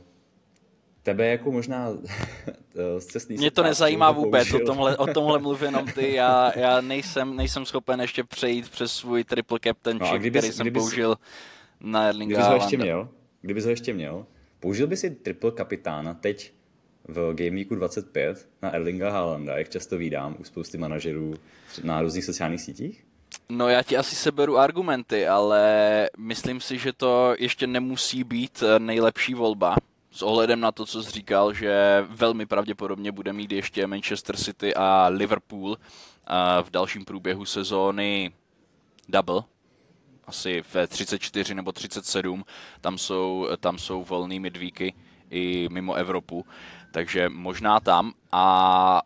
tebe jako možná zcestný... Mě to nezajímá vůbec, o tomhle mluví jenom ty. Já nejsem schopen ještě přejít přes svůj triple captainship, který jsem použil na Erlinga Haalanda. Kdybys ho ještě měl, použil by si triple kapitána teď v Game Weeku 25 na Erlinga Haalanda, jak často vídám u spousty manažerů na různých sociálních sítích? No já ti asi seberu argumenty, ale myslím si, že to ještě nemusí být nejlepší volba. S ohledem na to, co jsi říkal, že velmi pravděpodobně bude mít ještě Manchester City a Liverpool v dalším průběhu sezóny double. Asi ve 34 nebo 37, tam jsou volný midweeky i mimo Evropu, takže možná tam a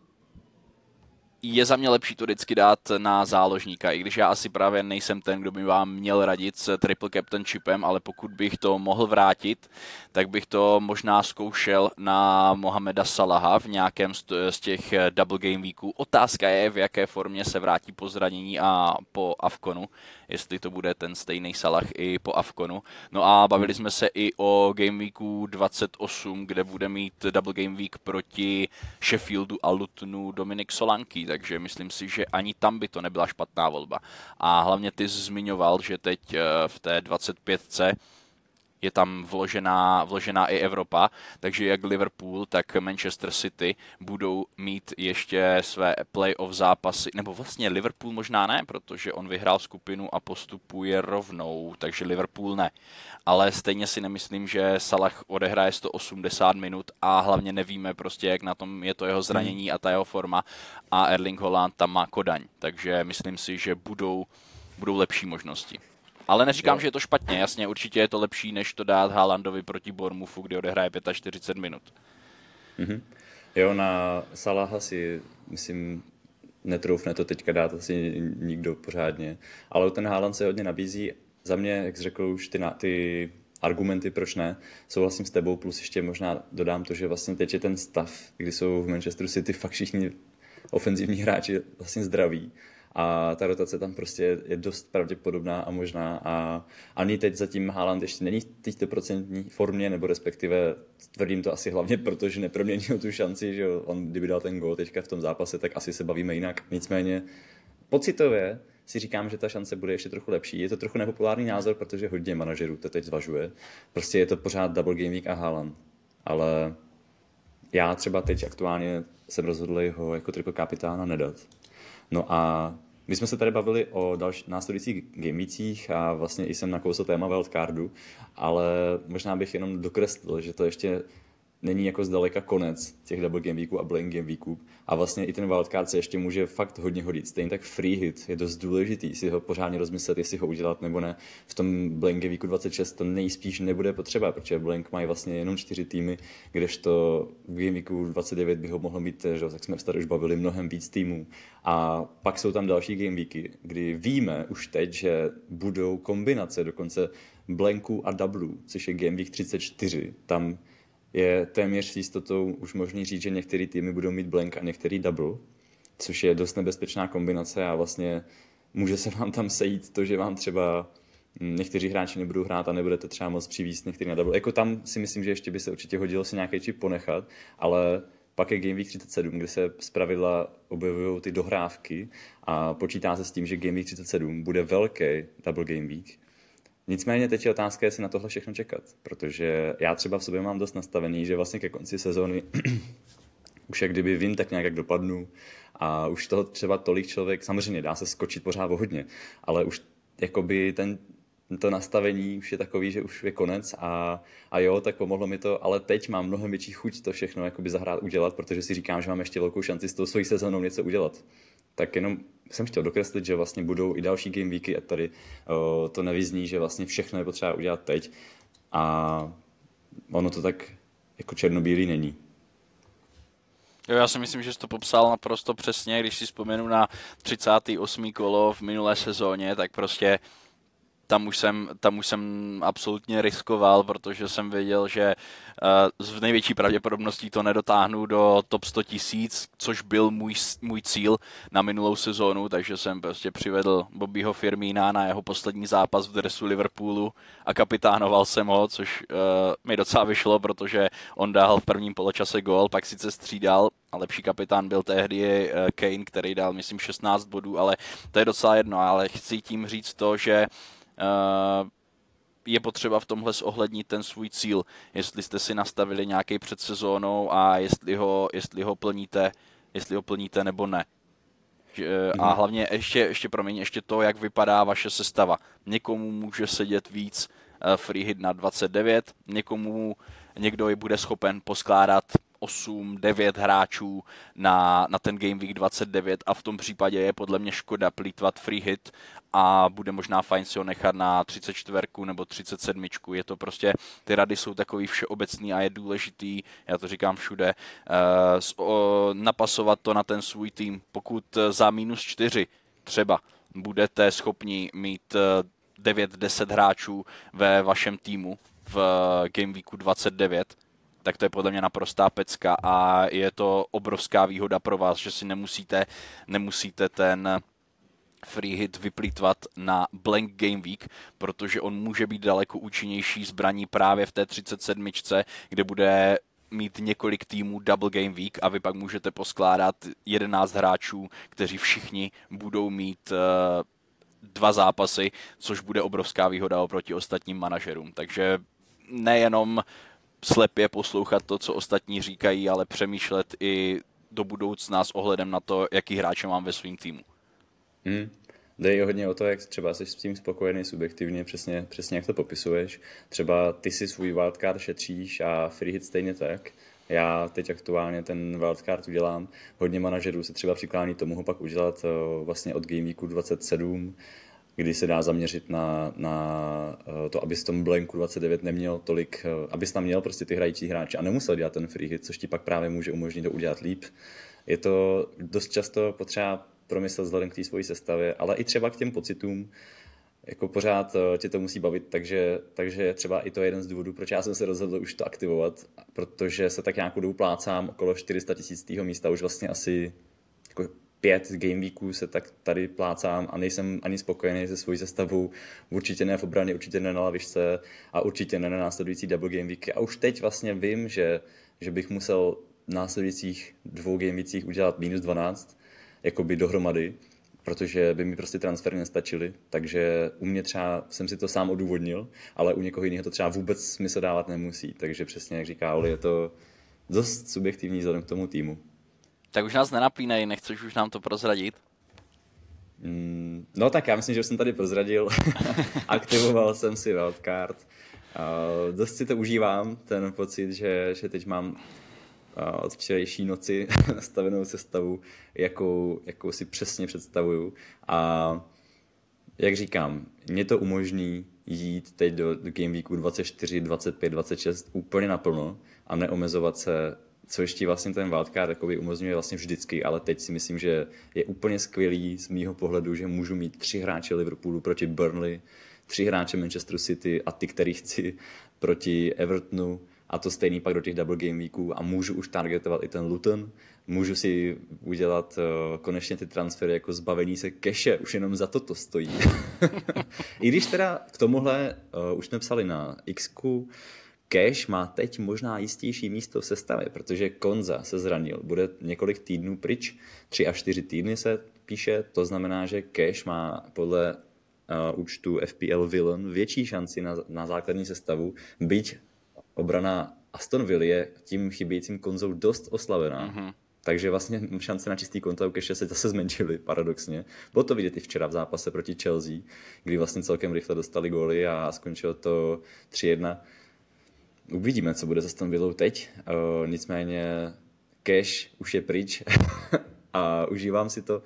je za mě lepší to vždycky dát na záložníka, i když já asi právě nejsem ten, kdo by vám měl radit s triple captainshipem, ale pokud bych to mohl vrátit, tak bych to možná zkoušel na Mohameda Salaha v nějakém z těch double game weeků. Otázka je, v jaké formě se vrátí po zranění a po Afconu, jestli to bude ten stejný Salah i po Afconu. No a bavili jsme se i o game weeku 28, kde bude mít double game week proti Sheffieldu a Lutonu Dominik Solanke, takže myslím si, že ani tam by to nebyla špatná volba. A hlavně ty jsi zmiňoval, že teď v té 25C je tam vložená i Evropa, takže jak Liverpool, tak Manchester City budou mít ještě své playoff zápasy, nebo vlastně Liverpool možná ne, protože on vyhrál skupinu a postupuje rovnou, takže Liverpool ne. Ale stejně si nemyslím, že Salah odehraje 180 minut a hlavně nevíme prostě, jak na tom je to jeho zranění a ta jeho forma a Erling Haaland tam má Kodaň, takže myslím si, že budou lepší možnosti. Ale neříkám, že je to špatně, jasně, určitě je to lepší, než to dát Haalandovi proti Bournemouthu, kde odehraje 45 minut. Mm-hmm. Jo, na Salaha si, myslím, netroufne to teďka dát asi nikdo pořádně, ale ten Haaland se hodně nabízí. Za mě, jak jsi řekl už, ty argumenty, proč ne. Souhlasím s tebou, plus ještě možná dodám to, že vlastně teď je ten stav, kdy jsou v Manchesteru City fakt všichni ofenzivní hráči vlastně zdraví a ta rotace tam prostě je dost pravděpodobná a možná a ani teď zatím Haaland ještě není v té 100% formě, nebo respektive tvrdím to asi hlavně proto, že neproměnil tu šanci, že on kdyby dal ten gól teďka v tom zápase, tak asi se bavíme jinak. Nicméně pocitově si říkám, že ta šance bude ještě trochu lepší. Je to trochu nepopulární názor, protože hodně manažerů to teď zvažuje. Prostě je to pořád double game week a Haaland. Ale já třeba teď aktuálně jsem rozhodl ho jako triple kapitána nedat. No a my jsme se tady bavili o následujících gameweecích a vlastně i jsem nakousl téma wildcardu, ale možná bych jenom dokreslil, že to ještě není jako zdaleka konec těch double game weeků a blank game weeků a vlastně i ten wildcard se ještě může fakt hodně hodit. Stejně tak free hit je dost důležitý si ho pořádně rozmyslet, jestli ho udělat nebo ne. V tom blank game weeku 26 to nejspíš nebude potřeba, protože blank mají vlastně jenom 4 týmy, kdežto v game weeku 29 by ho mohlo mít, že, jak jsme tady už bavili, mnohem víc týmů. A pak jsou tam další game weeky, kdy víme už teď, že budou kombinace dokonce blanků a doublů, což je game week 34. Tam je téměř s jistotou už možný říct, že některé týmy budou mít blank a některý double, což je dost nebezpečná kombinace a vlastně může se vám tam sejít to, že vám třeba někteří hráči nebudou hrát a nebudete třeba moc přivízt některý na double. Jako tam si myslím, že ještě by se určitě hodilo si nějaký čip ponechat, ale pak je Game Week 37, kde se zpravidla objevují ty dohrávky a počítá se s tím, že Game Week 37 bude velký double Game Week. Nicméně teď je otázka, jestli na tohle všechno čekat, protože já třeba v sobě mám dost nastavený, že vlastně ke konci sezóny už jak kdyby vím tak nějak jak dopadnu a už toho třeba tolik člověk, samozřejmě dá se skočit pořád o hodně, ale už jakoby to nastavení už je takový, že už je konec a jo, tak pomohlo mi to, ale teď mám mnohem větší chuť to všechno jakoby zahrát, udělat, protože si říkám, že mám ještě velkou šanci s tou svojí sezónou něco udělat. Tak jenom jsem chtěl dokreslit, že vlastně budou i další game weeky a tady to nevyzní, že vlastně všechno je potřeba udělat teď a ono to tak jako černobílý není. Jo, já si myslím, že jsi to popsal naprosto přesně, když si vzpomenu na 38. kolo v minulé sezóně, tak prostě tam už jsem absolutně riskoval, protože jsem věděl, že s největší pravděpodobností to nedotáhnu do top 100 000, což byl můj cíl na minulou sezónu, takže jsem prostě přivedl Bobbyho Firmína na jeho poslední zápas v dresu Liverpoolu a kapitánoval jsem ho, což mi docela vyšlo, protože on dal v prvním poločase gól, pak sice střídal a lepší kapitán byl tehdy Kane, který dal myslím 16 bodů, ale to je docela jedno, ale chci tím říct to, že je potřeba v tomhle zohlednit ten svůj cíl, jestli jste si nastavili nějaký před sezónou a jestli ho plníte nebo ne. A hlavně ještě to, jak vypadá vaše sestava. Někomu může sedět víc free hit na 29, někdo je bude schopen poskládat 8-9 hráčů na ten Game Week 29 a v tom případě je podle mě škoda plýtvat free hit a bude možná fajn si ho nechat na 34 nebo 37. Je to prostě, ty rady jsou takový všeobecný a je důležitý, já to říkám všude, napasovat to na ten svůj tým. Pokud za -4 třeba budete schopni mít 9-10 hráčů ve vašem týmu v Game Weeku 29, tak to je podle mě naprostá pecka a je to obrovská výhoda pro vás, že si nemusíte ten free hit vyplýtvat na blank game week, protože on může být daleko účinnější zbraní právě v té 37, kde bude mít několik týmů double game week a vy pak můžete poskládat 11 hráčů, kteří všichni budou mít 2 zápasy, což bude obrovská výhoda oproti ostatním manažerům. Takže nejenom slepě poslouchat to, co ostatní říkají, ale přemýšlet i do budoucna s ohledem na to, jaký hráče mám ve svém týmu. Jde hodně o to, jak třeba jsi s tím spokojený subjektivně, přesně jak to popisuješ. Třeba ty si svůj wildcard šetříš a free hit stejně tak. Já teď aktuálně ten wildcard udělám. Hodně manažerů se třeba přiklání tomu ho pak udělat vlastně od Game Weeku 27, kdy se dá zaměřit na to, abys v tom blanku 29 neměl tolik, abys tam měl prostě ty hrající hráče a nemusel dělat ten free hit, což ti pak právě může umožnit to udělat líp. Je to dost často potřeba promyslet vzhledem k té svojí sestavě, ale i třeba k těm pocitům. jako pořád tě to musí bavit, takže třeba i to je jeden z důvodů, proč já jsem se rozhodl už to aktivovat, protože se tak nějakou dobu plácám okolo 400 000 místa, už vlastně asi jako 5 game weeků se tak tady plácám a nejsem ani spokojený se svojí sestavou, určitě ne v obraně, určitě ne na lavičce a určitě ne na následující double game weeky. A už teď vlastně vím, že bych musel v následujících 2 game weekích udělat -12, jakoby dohromady, protože by mi prostě transfery nestačily, takže u mě třeba jsem si to sám odůvodnil, ale u někoho jiného to třeba vůbec smysl dávat nemusí, takže přesně jak říká Oli, je to dost subjektivní vzhledem k tomu týmu. Tak už nás nenapínej, nechceš už nám to prozradit? No tak já myslím, že už jsem tady prozradil. Aktivoval jsem si wildcard. Dost si to užívám, ten pocit, že teď mám od včerejší noci nastavenou sestavu, jakou si přesně představuju. A jak říkám, mě to umožní jít teď do Game Weeku 24, 25, 26 úplně naplno a neomezovat se, co ještě vlastně ten wildcard jakoby umožňuje vlastně vždycky, ale teď si myslím, že je úplně skvělý z mýho pohledu, že můžu mít 3 hráče Liverpoolu proti Burnley, 3 hráče Manchesteru City a ty, který chci, proti Evertonu a to stejný pak do těch double game weeků a můžu už targetovat i ten Luton, můžu si udělat konečně ty transfery jako zbavení se keše, už jenom za to stojí. I když teda k tomuhle už jsme psali na X-ku, Cash má teď možná jistější místo v sestavě, protože Konza se zranil, bude několik týdnů pryč, 3 až 4 týdny se píše, to znamená, že Cash má podle účtu FPL Villain větší šanci na základní sestavu, byť obrana Aston Villa je tím chybějícím Konzou dost oslavená. Mm-hmm. Takže vlastně šance na čistý konta u Cashe se zase zmenšily, paradoxně. Bylo to vidět i včera v zápase proti Chelsea, kdy vlastně celkem rychle dostali góly a skončilo to 3-1. Uvidíme, co bude za Aston Villou teď. Nicméně Cash už je pryč a užívám si to.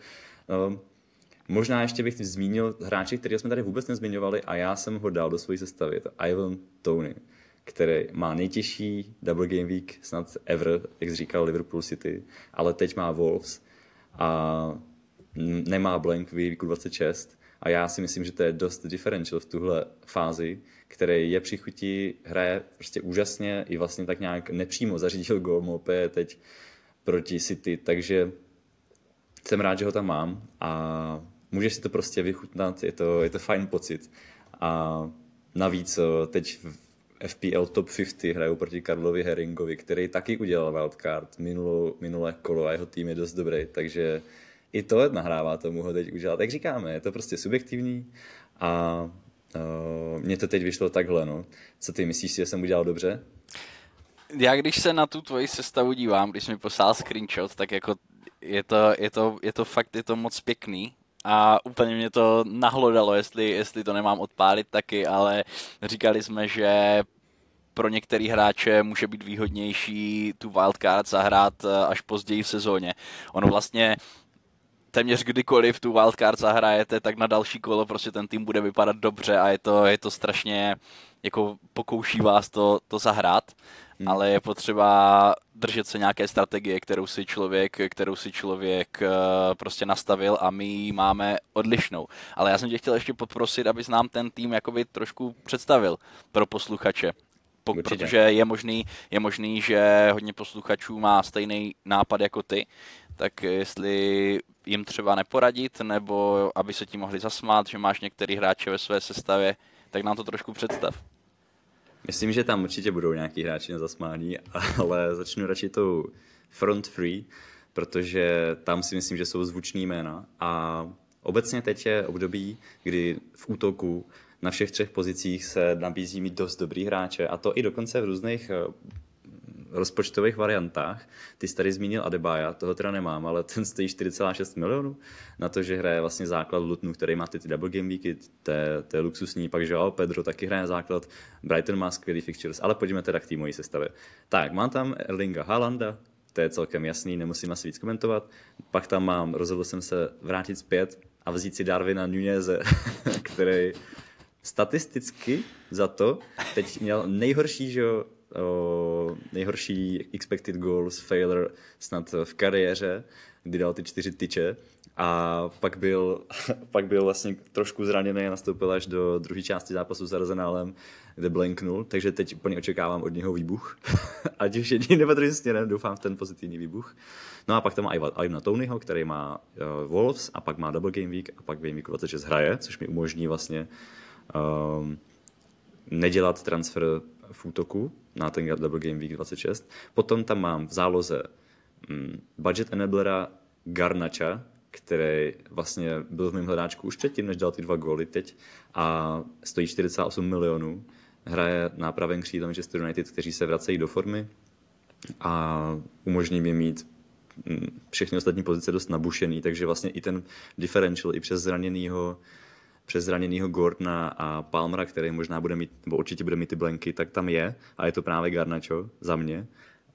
Možná ještě bych zmínil hráče, kterého jsme tady vůbec nezmiňovali a já jsem ho dal do své sestavy. Je to Ivan Toney, který má nejtěžší double game week snad ever, jak říkal Liverpool City, ale teď má Wolves a nemá blank v weeku 26 a já si myslím, že to je dost differential v tuhle fázi, který je při chuti, hraje prostě úžasně i vlastně tak nějak nepřímo zařídil gól Mopé teď proti City, takže jsem rád, že ho tam mám a můžeš si to prostě vychutnat, je to fajn pocit a navíc teď v FPL Top 50 hrajou proti Karlovi Herringovi, který taky udělal wildcard minulé kolo a jeho tým je dost dobrý, takže i to nahrává tomu ho teď udělat. Jak říkáme, je to prostě subjektivní a mně to teď vyšlo takhle. No. Co ty myslíš si, že jsem udělal dobře? Já když se na tu tvoji sestavu dívám, když mi poslal screenshot, tak jako je to fakt moc pěkný. A úplně mě to nahlodalo, jestli to nemám odpálit taky, ale říkali jsme, že pro některý hráče může být výhodnější tu wildcard zahrát až později v sezóně. Ono vlastně téměř kdykoliv tu wildcard zahrajete, tak na další kolo prostě ten tým bude vypadat dobře a je to strašně, jako pokouší vás to zahrát, ale je potřeba držet se nějaké strategie, kterou si člověk prostě nastavil a my ji máme odlišnou. Ale já jsem tě chtěl ještě poprosit, abys nám ten tým jakoby trošku představil pro posluchače. Protože je možný, že hodně posluchačů má stejný nápad jako ty, tak jestli jim třeba neporadit, nebo aby se ti mohli zasmát, že máš některý hráče ve své sestavě, tak nám to trošku představ. Myslím, že tam určitě budou nějaký hráči na zasmání, ale začnu radši tou front three, protože tam si myslím, že jsou zvučný jména a obecně teď je období, kdy v útoku na všech 3 pozicích se nabízí mít dost dobrý hráče a to i dokonce v různých rozpočtových variantách. Ty jsi tady zmínil Adebayo, toho teda nemám, ale ten stojí 4,6 milionů na to, že hraje vlastně základ Lutonu, který má ty double game weeky, to je luxusní, pak Joao Pedro taky hraje základ, Brighton má skvělý fixtures, ale pojďme teda k té mojí sestavě. Tak, mám tam Erlinga Haalanda, to je celkem jasný, nemusím asi víc komentovat. Pak tam rozhodl jsem se vrátit zpět a vzít si Darwina Nuneze, který statisticky za to teď měl nejhorší expected goals failure snad v kariéře, kdy dal ty 4 tyče A pak byl vlastně trošku zraněný a nastoupil až do druhé části zápasu s Arsenálem, kde blanknul, takže teď úplně očekávám od něho výbuch. Ať už jediný nebo druhý směrem, doufám v ten pozitivní výbuch. No a pak tam má Ivana Tonyho, který má Wolves a pak má Double Game Week a pak Game Week 26 hraje, což mi umožní vlastně nedělat transfer v útoku na ten Double Game Week 26. Potom tam mám v záloze budget enablera Garnacha, který vlastně byl v mém hledáčku už předtím, než dal ty 2 góly teď a stojí 48 milionů. Hraje na pravém křídle Manchester United, kteří se vracejí do formy a umožní mi mít všechny ostatní pozice dost nabušený, takže vlastně i ten differential i přes zraněnýho Gordona a Palmera, který možná bude mít, nebo určitě bude mít ty blanky, tak tam je a je to právě Garnacho za mě.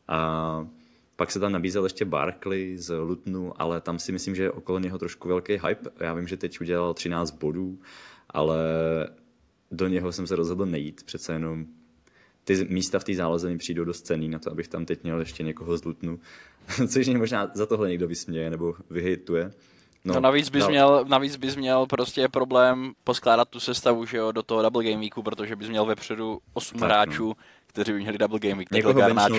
A pak se tam nabízel ještě Barkley z Lutonu, ale tam si myslím, že je okolo něho trošku velký hype. Já vím, že teď udělal 13 bodů, ale do něho jsem se rozhodl nejít. Přece jenom ty místa v té záloze mi přijdou dost cenný na to, abych tam teď měl ještě někoho z Lutonu. Což mě možná za tohle někdo vysměje nebo vyhejtuje. No navíc bys měl prostě problém poskládat tu sestavu, že jo, do toho Double Game Weeku, protože bys měl vepředu 8 tak, hráčů, no, kteří by měli Double Game Week. Někoho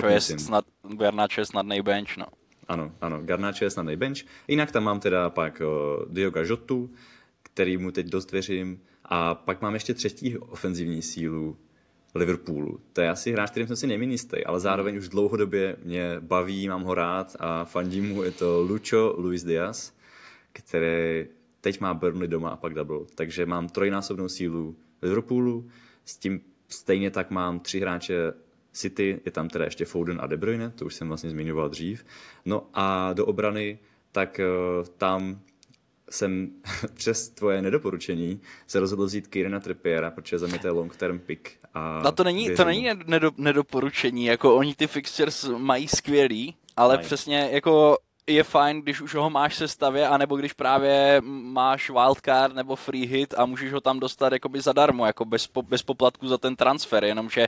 Garnacho je snadnej bench, no. Ano, Garnacho je snadnej bench. Jinak tam mám teda pak Dioga Jotu, který mu teď dost věřím. A pak mám ještě třetí ofenzivní sílu Liverpoolu. To je asi hráč, kterým jsem si nejméně jistý, ale zároveň už dlouhodobě mě baví, mám ho rád a fandím mu. Je to Luis Diaz, který teď má Burnley doma a pak double. Takže mám trojnásobnou sílu Liverpoolu, s tím stejně tak mám 3 hráče City, je tam teda ještě Foden a De Bruyne, to už jsem vlastně zmiňoval dřív. No a do obrany, tak tam jsem přes tvoje nedoporučení se rozhodl vzít Kierana Trippiera, protože za mě to je long term pick. No to není nedoporučení, jako oni ty fixtures mají skvělý, ale přesně jako je fajn, když už ho máš v sestavě, anebo když právě máš wildcard nebo free hit a můžeš ho tam dostat jakoby zadarmo, jako bez poplatku za ten transfer, jenomže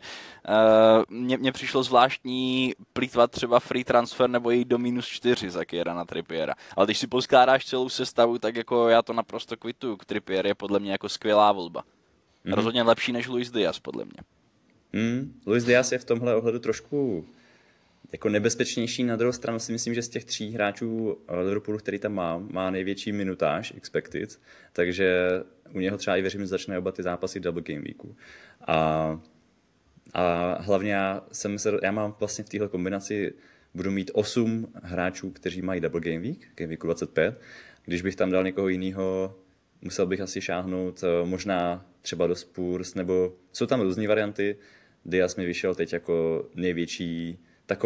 mně přišlo zvláštní plýtvat třeba free transfer nebo jít do -4 za Kierana Trippiera. Ale když si poskládáš celou sestavu, tak jako já to naprosto kvituju. Trippier je podle mě jako skvělá volba. Rozhodně lepší než Luis Diaz, podle mě. Luis Diaz je v tomhle ohledu trošku jako nebezpečnější. Na druhou stranu si myslím, že z těch 3 hráčů Liverpoolu, který tam má největší minutáž expected, takže u něho třeba i věřím, že začne oba ty zápasy Double Game Weeku. A hlavně já mám vlastně v téhle kombinaci budu mít 8 hráčů, kteří mají Double Game Weeku 25. Když bych tam dal někoho jiného, musel bych asi šáhnout možná třeba do Spurs, nebo jsou tam různé varianty. Diaz mi vyšel teď jako největší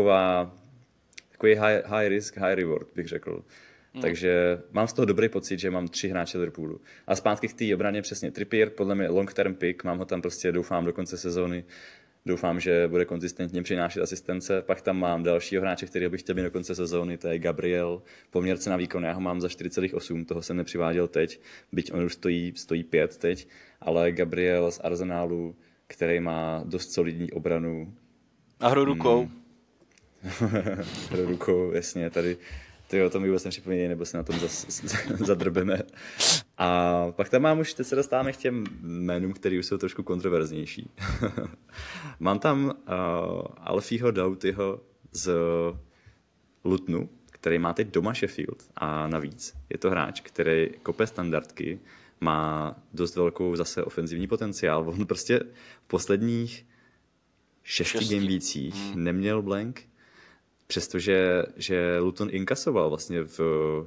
takový high risk, high reward, bych řekl. Takže mám z toho dobrý pocit, že mám 3 hráče Liverpoolu. A zpátky k té obraně přesně Trippier, podle mě long term pick, mám ho tam prostě, doufám, do konce sezóny. Doufám, že bude konzistentně přinášet asistence. Pak tam mám dalšího hráče, kterého bych chtěl být do konce sezóny, to je Gabriel. Poměrce na výkon, já ho mám za 4,8, toho jsem nepřiváděl teď, byť on už stojí 5 teď, ale Gabriel z Arsenálu, který má dost solidní obranu. A hru rukou. Hru rukou, jasně, tady to mi vůbec nepřipomínej, nebo se na tom zadrbeme. A pak tam mám už, teď se dostáváme k těm jménům, které už jsou trošku kontroverznější. Mám tam Alfieho Doughtyho z Lutonu, který má teď doma Sheffield a navíc je to hráč, který kope standardky, má dost velkou zase ofenzivní potenciál. On prostě v posledních 6 gameweecích neměl blank, přestože Luton inkasoval vlastně v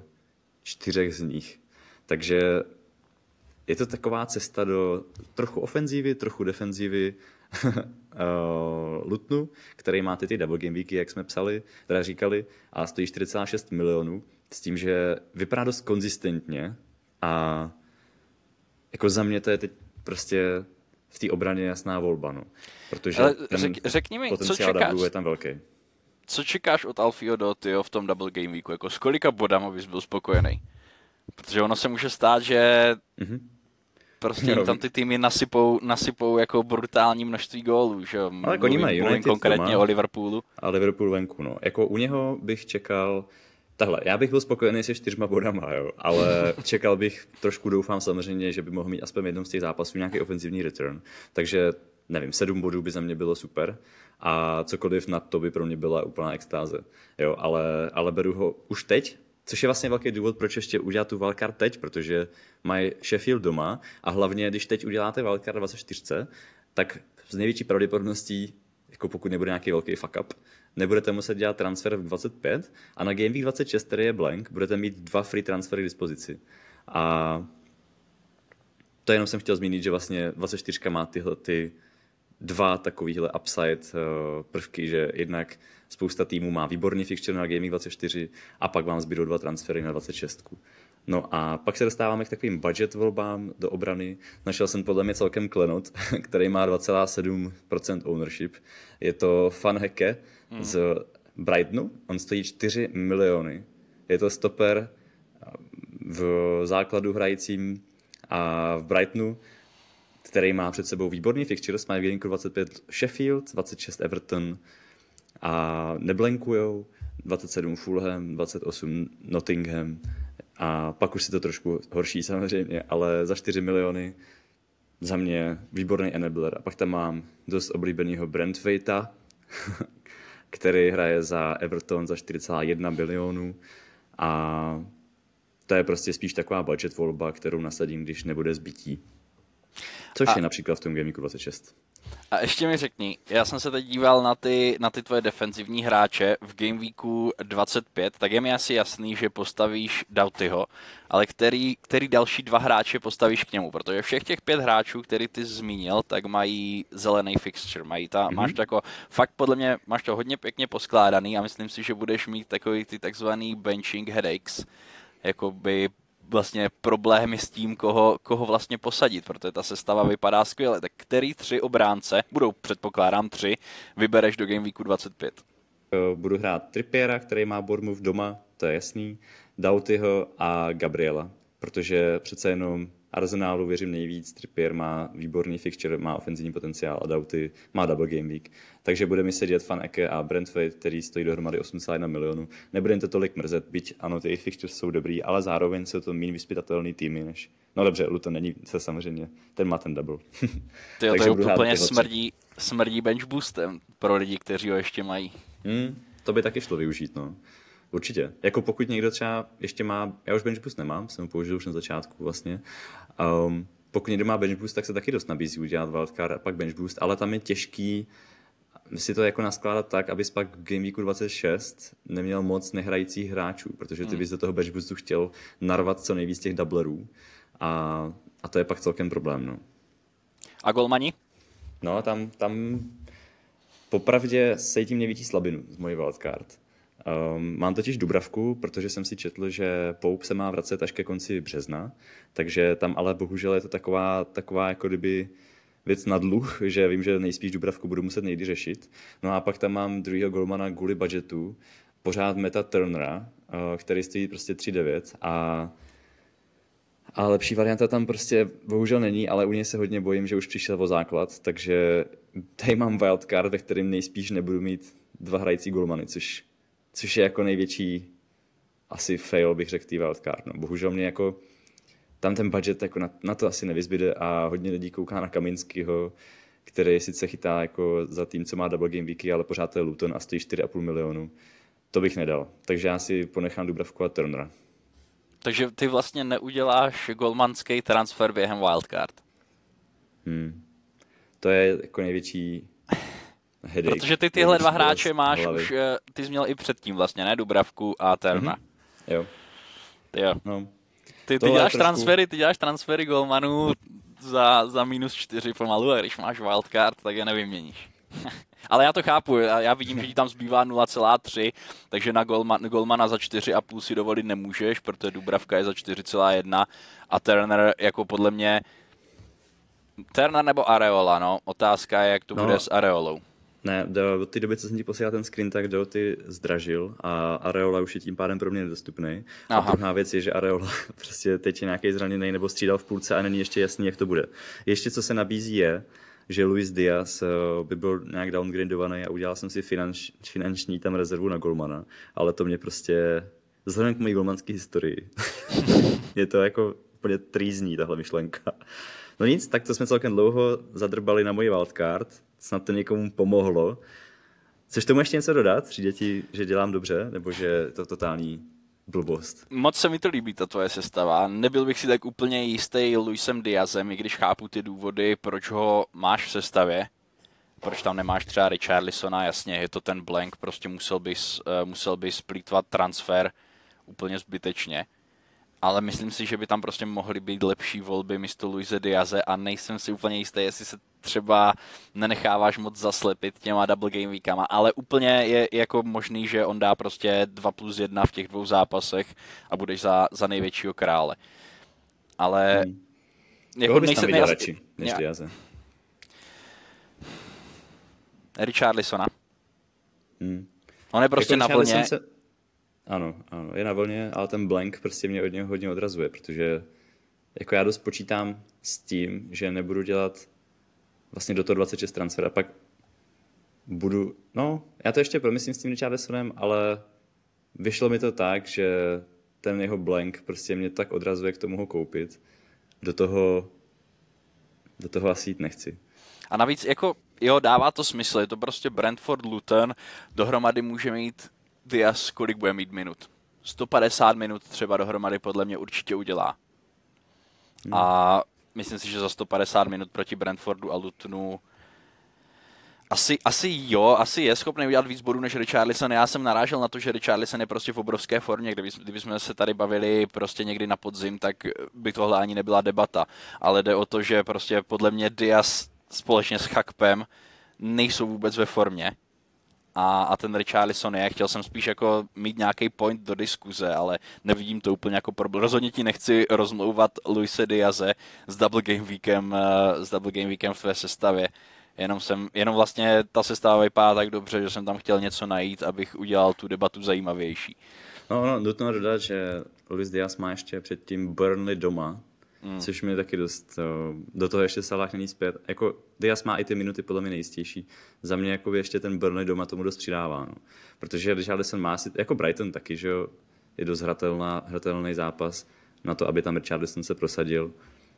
4 z nich. Takže je to taková cesta do trochu ofenzívy, trochu defenzívy Lutonu, který má ty double game weeky, jak jsme říkali, a stojí 4,6 milionů, s tím, že vypadá dost konzistentně a jako za mě to je teď prostě v té obraně jasná volba, no. Protože řekni mi, potenciál double je tam velký. Co čekáš od Alfieho Doughtyho v tom double game weeku? Jako s kolika bodama bys byl spokojený? Protože ono se může stát, že prostě jim tam ty týmy nasypou jako brutální množství gólů, že jo? Ale oni mají United konkrétně o Liverpoolu. A Liverpool venku, no. Jako u něho bych čekal, Takhle, já bych byl spokojený se 4 bodama, jo, ale čekal bych, trošku doufám samozřejmě, že by mohl mít aspoň v jednom z těch zápasů nějaký ofenzivní return, takže nevím, 7 bodů by za mě bylo super a cokoliv nad to by pro mě byla úplná extáze, jo, ale beru ho už teď, což je vlastně velký důvod, proč ještě udělat tu wildcard teď, protože mají Sheffield doma a hlavně, když teď uděláte wildcard 24, tak s největší pravděpodobností, jako pokud nebude nějaký velký fuck up, nebudete muset dělat transfer v 25 a na Game Week 26, který je blank, budete mít 2 free transfery k dispozici. A to jenom jsem chtěl zmínit, že vlastně 24 má tyhle ty 2 takovýhle upside prvky, že jednak spousta týmů má výborný fixture na Game Week 24 a pak vám zbydou 2 transfery na 26. No a pak se dostáváme k takovým budget volbám do obrany. Našel jsem podle mě celkem klenot, který má 2,7% ownership. Je to Van Hecke z Brightonu. On stojí 4 miliony. Je to stoper v základu hrajícím a v Brightonu, který má před sebou výborný fixtures. Má v Game 25 Sheffield, 26 Everton a neblankujou. 27 Fulham, 28 Nottingham. A pak už si to trošku horší samozřejmě, ale za 4 miliony za mě výborný enabler. A pak tam mám dost oblíbenýho Brentwaita, který hraje za Everton za 4,1 milionů. A to je prostě spíš taková budget volba, kterou nasadím, když nebude zbytí. Což je například v tom Game Weeku 26. A ještě mi řekni, já jsem se teď díval na ty tvoje defenzivní hráče v Game Weeku 25, tak je mi asi jasný, že postavíš Doughtyho, ale který další 2 hráče postavíš k němu, protože všech těch 5 hráčů, který ty zmínil, tak mají zelený fixture, máš to jako, fakt podle mě máš to hodně pěkně poskládaný a myslím si, že budeš mít takový ty takzvaný benching headaches, jakoby vlastně problémy s tím, koho vlastně posadit, protože ta sestava vypadá skvěle. Tak který 3 obránce, budou předpokládám 3, vybereš do Game Weeku 25? Budu hrát Trippiera, který má Bournemouth doma, to je jasný, Doughtyho a Gabriela, protože přece jenom Arsenalu věřím nejvíc, Trippier má výborný fixture, má ofenzivní potenciál a Doughty má double game week. Takže bude mi sedět Van Ecke a Brentwaite, který stojí dohromady 81 milionů. Nebude to tolik mrzet, byť ano, ty jejich fixtures jsou dobrý, ale zároveň jsou to méně vyspytatelný týmy než... No dobře, Luton není se samozřejmě, ten má ten double. To je úplně smrdí bench boostem pro lidi, kteří ho ještě mají. To by taky šlo využít, no. Určitě. Jako pokud někdo třeba ještě má, já už bench boost nemám, jsem ho použil už na začátku vlastně. Pokud někdo má bench boost, tak se taky dost nabízí udělat wildcard a pak bench boost, ale tam je těžký si to jako naskládat tak, abys pak v Game Weeku 26 neměl moc nehrajících hráčů, protože ty bys do toho bench boostu chtěl narvat co nejvíc těch doublerů a to je pak celkem problém, no. A golmani? No, tam popravdě cítím největší slabinu z mojí wildcard. Mám totiž Dubravku, protože jsem si četl, že Pope se má vracet až ke konci března, takže tam ale bohužel je to taková jako kdyby věc na dluh, že vím, že nejspíš Dubravku budu muset nejdy řešit. No a pak tam mám druhýho golmana kvůli budgetu, pořád Meta Turnera, který stojí prostě 3,9 a lepší varianta tam prostě bohužel není, ale u něj se hodně bojím, že už přišel o základ, takže tady mám wildcard, ve kterém nejspíš nebudu mít 2 hrající golmany, což je jako největší asi fail, bych řekl, tý wildcard. No, bohužel mě jako tam ten budget jako na to asi nevyzbyde a hodně lidí kouká na Kaminskýho, který sice chytá jako za tým, co má double game weeky, ale pořád to je Luton a stojí 4,5 milionu. To bych nedal. Takže já si ponechám Dubravku a Turnera. Takže ty vlastně neuděláš golmanský transfer během wildcard. To je jako největší headache. Protože ty tyhle 2 hráče máš už, ty jsi měl i předtím vlastně, ne? Dubravku a Turnera. Jo. No. Ty děláš transfery golmanů za -4 pomalu a když máš wildcard, tak je nevyměníš. Ale já to chápu, já vidím, že ti tam zbývá 0,3, takže na golmana za 4,5 si dovolit nemůžeš, protože Dubravka je za 4,1 a Turner jako podle mě Turner nebo Areola, no. Otázka je, jak to bude s Areolou. Ne, do té doby, co jsem ti posílal ten screen, tak Doughty zdražil a Areola už je tím pádem pro mě nedostupný. A druhá věc je, že Areola prostě teď je nějaký zraněný nebo střídal v půlce a není ještě jasný, jak to bude. Ještě co se nabízí je, že Luis Diaz by byl nějak downgradovaný a udělal jsem si finanční tam rezervu na golmana, ale to mě prostě vzhledem k mojí golmanské historii. Je to jako úplně trýzní tahle myšlenka. No nic, tak to jsme celkem dlouho zadrbali na moji wildcard. Snad to někomu pomohlo. Chceš tomu ještě něco dodat? Přijde ti, že dělám dobře? Nebo že je to totální blbost? Moc se mi to líbí, ta tvoje sestava. Nebyl bych si tak úplně jistý Luisem Diazem, i když chápu ty důvody, proč ho máš v sestavě. Proč tam nemáš třeba Richarlisona, jasně, je to ten blank, prostě musel bys splýtvat transfer úplně zbytečně. Ale myslím si, že by tam prostě mohly být lepší volby místo Luise Diaze a nejsem si úplně jistý, jestli se třeba nenecháváš moc zaslepit těma double game weekama, ale úplně je jako možný, že on dá prostě 2+1 v těch 2 zápasech a budeš za největšího krále. Ale Koho bys tam viděl radši než Diaze? Richarlisona. On je prostě na vlně. Ano, je na vlně, ale ten blank prostě mě od něho hodně odrazuje, protože jako já dost počítám s tím, že nebudu dělat vlastně do toho 26 transfer a pak budu, já to ještě promyslím s tím Richarlisonem, ale vyšlo mi to tak, že ten jeho blank prostě mě tak odrazuje k tomu ho koupit. Do toho asi jít nechci. A navíc jako, dává to smysl, je to prostě Brentford, Luton, dohromady může mít Diaz, kolik bude mít minut? 150 minut třeba dohromady podle mě určitě udělá. A myslím si, že za 150 minut proti Brentfordu a Lutonu asi je schopný udělat víc bodů než Richarlison. Já jsem narážel na to, že Richarlison je prostě v obrovské formě. Kdybychom se tady bavili prostě někdy na podzim, tak by tohle ani nebyla debata. Ale jde o to, že prostě podle mě Diaz společně s Chakpem nejsou vůbec ve formě. A ten Richarlison je, chtěl jsem spíš jako mít nějaký point do diskuze, ale nevidím to úplně jako problém. Rozhodně ti nechci rozmlouvat Luise Diaze s double game weekem v tvé sestavě. Jenom vlastně ta sestava vypadá tak dobře, že jsem tam chtěl něco najít, abych udělal tu debatu zajímavější. No, nutno dodat, že Luis Diaz má ještě předtím Burnley doma, což mi taky dost, do toho ještě Salah není zpět. Jako Diaz má i ty minuty podle mě nejistější. Za mě jako ještě ten Burnley doma tomu dost přidává, no. Protože Richarlison má si, jako Brighton taky, že jo, je dost hratelný zápas na to, aby tam Richarlison se prosadil.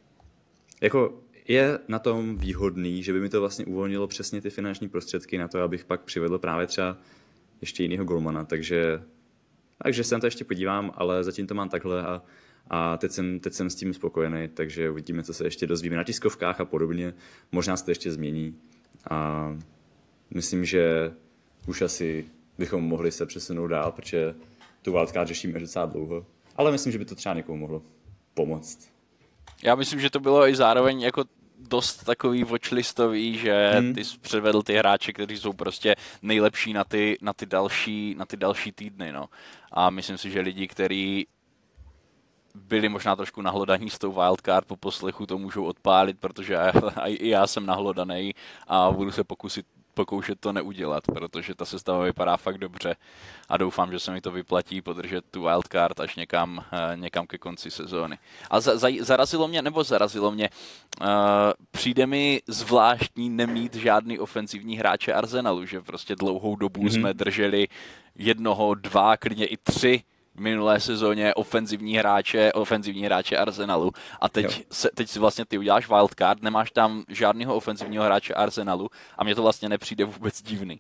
Jako je na tom výhodný, že by mi to vlastně uvolnilo přesně ty finanční prostředky na to, abych pak přivedl právě třeba ještě jinýho golmana, takže se na to ještě podívám, ale zatím to mám takhle a teď jsem s tím spokojený, takže uvidíme, co se ještě dozvíme na tiskovkách a podobně. Možná se to ještě změní a myslím, že už asi bychom mohli se přesunout dál, protože tu wildcard řešíme docela dlouho, ale myslím, že by to třeba někomu mohlo pomoct. Já myslím, že to bylo i zároveň jako dost takový watchlistový, že ty jsi předvedl ty hráče, kteří jsou prostě nejlepší na ty další týdny, no. A myslím si, že lidi, kteří byli možná trošku nahlodaní s tou wildcard po poslechu, to můžou odpálit, protože i já jsem nahlodaný a budu se pokoušet to neudělat, protože ta sestava vypadá fakt dobře a doufám, že se mi to vyplatí podržet tu wildcard až někam ke konci sezóny. A zarazilo mě, přijde mi zvláštní nemít žádný ofenzivní hráče Arsenalu, že prostě dlouhou dobu jsme drželi 1, 2, klidně i 3 v minulé sezóně ofenzivní hráče Arsenalu a teď si vlastně ty uděláš wildcard, nemáš tam žádného ofenzivního hráče Arsenalu a mně to vlastně nepřijde vůbec divný.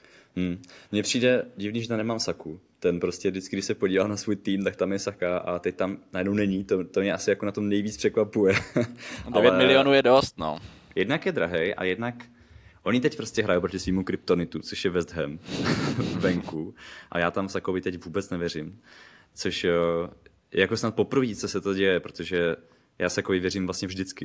Mně přijde divný, že tam nemám Saku. Ten prostě vždycky, když se podívám na svůj tým, tak tam je Saka a teď tam najednou není. To mě asi jako na tom nejvíc překvapuje. 9 milionů je dost, no. Jednak je drahej a jednak oni teď prostě hrajou proti svýmu kryptonitu, což je West Ham venku. A já tam Sakovi teď vůbec nevěřím. Což je jako snad poprvé, co se to děje, protože já Sakovi věřím vlastně vždycky.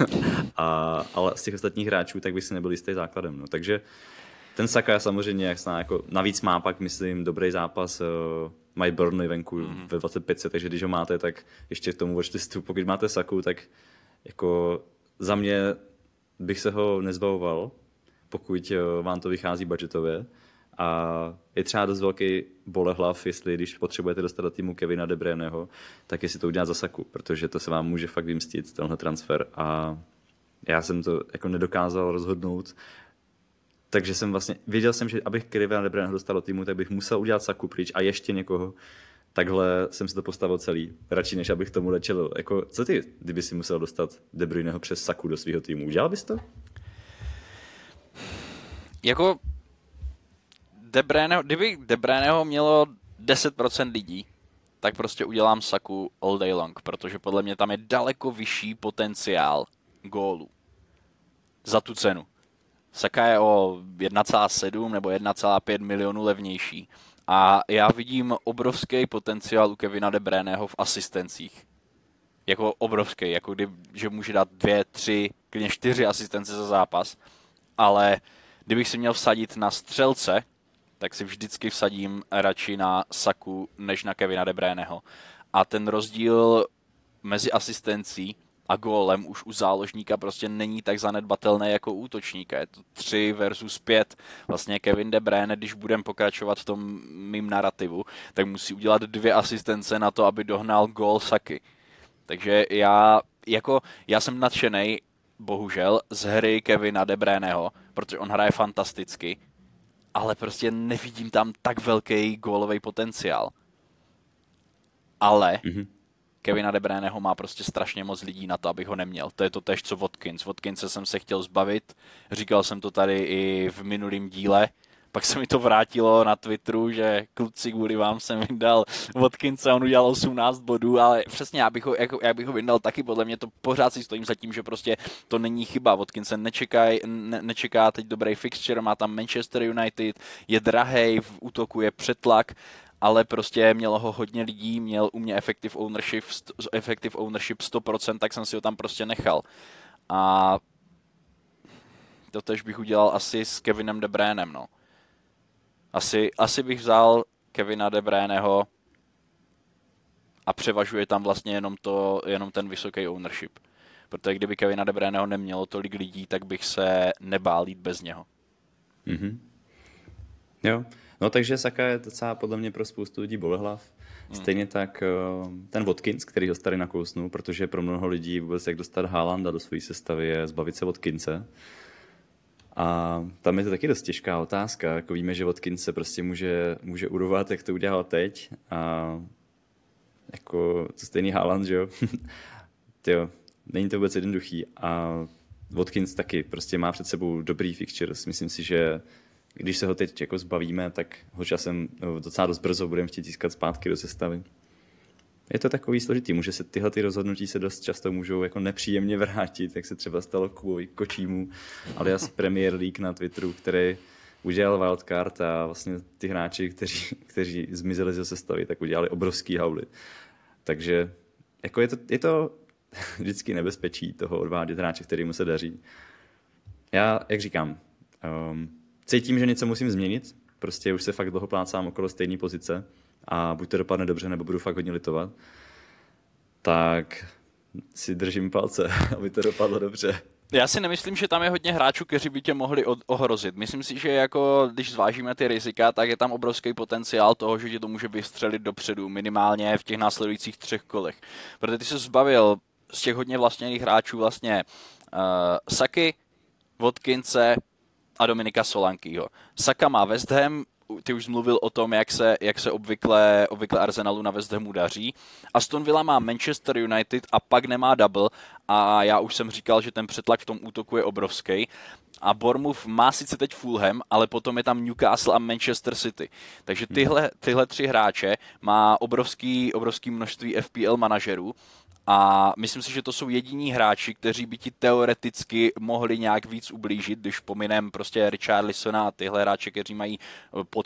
Ale z těch ostatních hráčů tak bych si nebyl jistý základem. No. Takže ten Saka samozřejmě jako navíc má pak, myslím, dobrý zápas. Mají Burnley venku ve 25, takže když ho máte, tak ještě k tomu watchlistu, pokud máte Saku, tak jako za mě bych se ho nezbavoval, pokud vám to vychází budgetově. A je třeba dost velký bolehlav, jestli když potřebujete dostat do týmu Kevina De Bruyneho, tak jestli to udělat za Saku, protože to se vám může fakt vymstit, tenhle transfer. A já jsem to jako nedokázal rozhodnout, takže jsem vlastně, věděl jsem, že abych Kevina De Bruyneho dostal do týmu, tak bych musel udělat Saku pryč a ještě někoho. takhle jsem si to postavil celý, radši než abych tomu lečil. Jako, co ty, kdyby si musel dostat De Bruyneho přes Saku do svého týmu, udělal bys to? Jako kdyby De Bruyneho mělo 10% lidí, tak prostě udělám Saku all day long, protože podle mě tam je daleko vyšší potenciál gólů za tu cenu. Saka je o 1,7 nebo 1,5 milionu levnější a já vidím obrovský potenciál u Kevina De Bruyneho v asistencích. Jako obrovský, jako že může dát 2, 3, klidně 4 asistence za zápas, ale kdybych si měl vsadit na střelce, tak si vždycky vsadím radši na Saku, než na Kevina De Bruyneho. A ten rozdíl mezi asistencí a gólem už u záložníka prostě není tak zanedbatelné jako u útočníka. Je to 3 versus 5. Vlastně Kevin De Bruyne, když budeme pokračovat v tom mým narrativu, tak musí udělat 2 asistence na to, aby dohnal gól Saky. Takže já jsem nadšenej, bohužel, z hry Kevina De Bruyneho, protože on hraje fantasticky, ale prostě nevidím tam tak velký gólový potenciál. Ale Kevina De Bruyneho má prostě strašně moc lidí na to, abych ho neměl. To je to též, co Watkins. Watkinse jsem se chtěl zbavit, říkal jsem to tady i v minulém díle, pak se mi to vrátilo na Twitteru, že kluci, kvůli vám jsem vydal Watkinse, on udělal 18 bodů, ale přesně já bych ho vydal taky, podle mě to pořád si stojím za tím, že prostě to není chyba. Watkinse nečeká teď dobrý fixture, má tam Manchester United, je drahej, v útoku je přetlak, ale prostě mělo ho hodně lidí, měl u mě effective ownership 100%, tak jsem si ho tam prostě nechal. A to tež bych udělal asi s Kevinem De Bruynem, no. Asi bych vzal Kevina De Bruyneho a převažuje tam vlastně jenom ten vysoký ownership. Protože kdyby Kevina De Bruyneho nemělo tolik lidí, tak bych se nebál jít bez něho. Mm-hmm. Jo, no takže Saka je docela podle mě pro spoustu lidí bolehlav. Stejně tak ten Watkins, který ho tady nakousnul, protože pro mnoho lidí vůbec jak dostat Haalanda do své sestavy je zbavit se Watkinse. A tam je to taky dost těžká otázka. Jako víme, že Watkins se prostě může urovat, jak to udělal teď. A jako to stejný Haaland, že jo? Tyjo, není to vůbec jednoduchý. A Watkins taky prostě má před sebou dobrý fixtures. Myslím si, že když se ho teď jako zbavíme, tak ho časem docela dost brzo budeme chtít získat zpátky do sestavy. Je to takový složitý, může se tyhle rozhodnutí se dost často můžou jako nepříjemně vrátit, jak se třeba stalo kvůli Kočímu, alias Premier League na Twitteru, který udělal wildcard a vlastně ty hráči, kteří zmizeli ze sestavy, tak udělali obrovský hauly. Takže jako je to vždycky nebezpečí toho odvádět hráče, kterýmu se daří. Já, jak říkám, cítím, že něco musím změnit, prostě už se fakt dlouho plácám okolo stejné pozice a buď to dopadne dobře, nebo budu fakt hodně litovat, tak si držím palce, aby to dopadlo dobře. Já si nemyslím, že tam je hodně hráčů, kteří by tě mohli ohrozit. Myslím si, že jako když zvážíme ty rizika, tak je tam obrovský potenciál toho, že tě to může vystřelit dopředu, minimálně v těch následujících 3 kolech. Protože ty se zbavil z těch hodně vlastněných hráčů vlastně Saky, Watkinse a Dominika Solankyho. Saka má West Ham, ty už mluvil o tom, jak se obvykle Arsenalu na West Hamu daří. Aston Villa má Manchester United a pak nemá double a já už jsem říkal, že ten přetlak v tom útoku je obrovský. A Bournemouth má sice teď Fulham, ale potom je tam Newcastle a Manchester City. Takže tyhle 3 hráče má obrovský množství FPL manažerů. A myslím si, že to jsou jediní hráči, kteří by ti teoreticky mohli nějak víc ublížit, když pominem prostě Richarlisona a tyhle hráče, kteří mají pod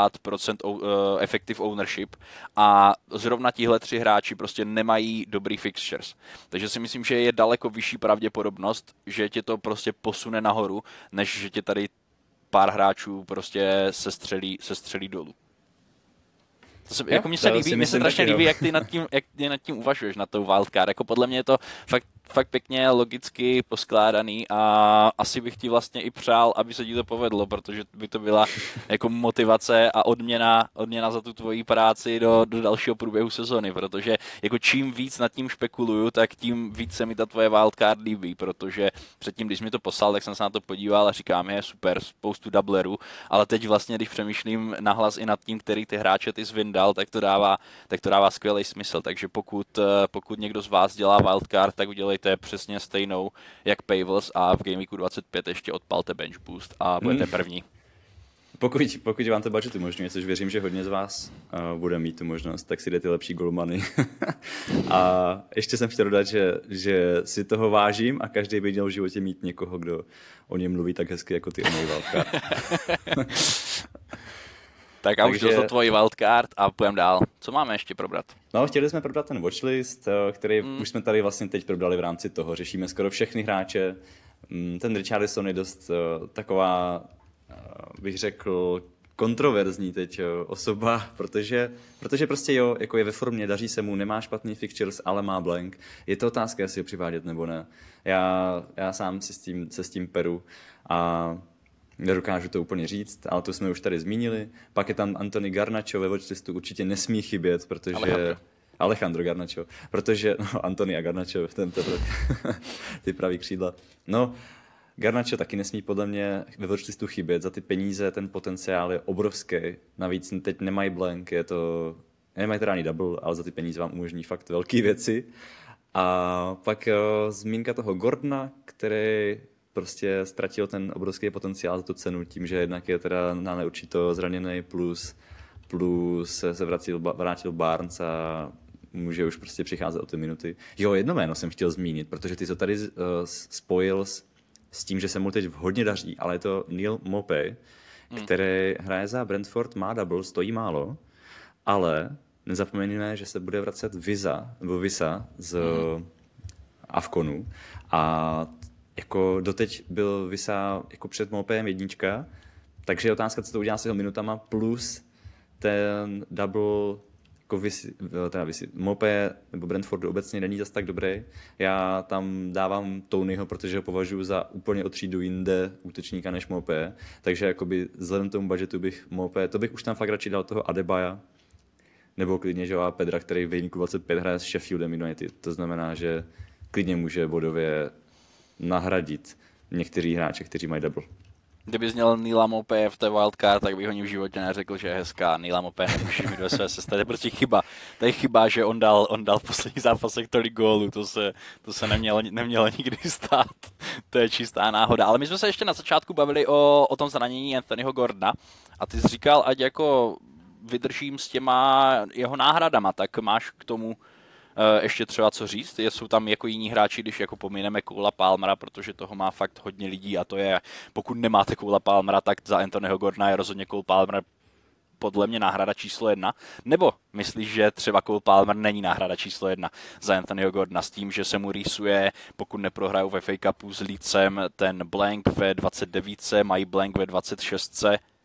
50% effective ownership. A zrovna tihle 3 hráči prostě nemají dobrý fixtures. Takže si myslím, že je daleko vyšší pravděpodobnost, že tě to prostě posune nahoru, než že tě tady pár hráčů prostě se střelí dolů. Jako mně se strašně líbí, jak ty nad tím uvažuješ, nad tou wildcard. Jako podle mě je to fakt fakt pěkně logicky poskládaný a asi bych ti vlastně i přál, aby se ti to povedlo, protože by to byla jako motivace a odměna za tu tvoji práci do dalšího průběhu sezony, protože jako čím víc nad tím špekuluju, tak tím víc se mi ta tvoje wildcard líbí, protože předtím, když mi to poslal, tak jsem se na to podíval a říkám, je super, spoustu doublerů, ale teď vlastně, když přemýšlím nahlas i nad tím, který ty hráče ty zvyndal, tak to dává skvělý smysl, takže pokud někdo z vás dělá wildcard, tak udělejte přesně stejnou jak Pavels a v Game Weeku 25 ještě odpalte bench boost a budete první. Pokud vám to budget umožňuje, což věřím, že hodně z vás bude mít tu možnost, tak si jde ty lepší golmany. A ještě jsem chtěl dodat, že si toho vážím a každý by měl v životě mít někoho, kdo o něm mluví tak hezky jako ty o můj wildcard. Tak a už to tvojí wildcard a půjdeme dál. Co máme ještě probrat? No, chtěli jsme probrat ten watchlist, který už jsme tady vlastně teď probrali v rámci toho. Řešíme skoro všechny hráče. Ten Richarlison je dost taková, bych řekl, kontroverzní teď osoba, protože prostě jo, jako je ve formě, daří se mu, nemá špatný fixtures, ale má blank. Je to otázka, jestli ho přivádět nebo ne. Já sám se s tím peru a nedokážu to úplně říct, ale to jsme už tady zmínili. Pak je tam Anthony Garnacho, ve watchlistu určitě nesmí chybět, protože... Alejandro Garnacho, protože... No, Anthony a Garnacho, ty pravý křídla. No, Garnacho taky nesmí podle mě ve watchlistu chybět. Za ty peníze ten potenciál je obrovský. Navíc teď nemají blank, nemají teda ani double, ale za ty peníze vám umožní fakt velké věci. A pak zmínka toho Gordona, který prostě ztratil ten obrovský potenciál za tu cenu tím, že jednak je teda na neurčito zraněný plus se vrátil Barnes a může už prostě přicházet o ty minuty. Jo, jedno jméno jsem chtěl zmínit, protože ty to tady spojil s tím, že se mu teď hodně daří, ale je to Neil Maupay, který hraje za Brentford, má double, stojí málo, ale nezapomeňme, že se bude vracet Visa z Afkonu a jako doteď byl Visa jako před Maupayem jednička, takže je otázka, co to udělá s jeho minutama, plus ten double jako Maupay nebo Brentfordu obecně není zas tak dobrý. Já tam dávám Tonyho, protože ho považuji za úplně o třídu jinde útočníka než Maupay, takže jakoby vzhledem tomu budgetu bych už tam fakt radši dal toho Adebaya, nebo klidně Joao Pedra, který v Game 25 hraje s Sheffieldem United. To znamená, že klidně může bodově nahradit některý hráče, kteří mají double. Kdyby měl Neila Maupay v té wildcard, tak bych o ní v životě neřekl, že je hezká. Neila Maupay nemůže mít ve své sestavě. To je prostě chyba. To je chyba, že on dal v posledních zápasech tolik gólů. To se nemělo nikdy stát. To je čistá náhoda. Ale my jsme se ještě na začátku bavili o tom zranění Anthonyho Gordona. A ty jsi říkal, ať jako vydržím s těma jeho náhradama, tak máš k tomu ještě třeba co říct? Jsou tam jako jiní hráči, když jako pomineme Cola Palmera, protože toho má fakt hodně lidí a to je, pokud nemáte Cola Palmera, tak za Anthonyho Gordona je rozhodně Cole Palmer podle mě náhrada číslo 1. Nebo myslíš, že třeba Cole Palmer není náhrada číslo 1 za Anthonyho Gordona s tím, že se mu rýsuje, pokud neprohrajou ve FA Cupu s Leedsem, ten blank ve 29, mají blank ve 26.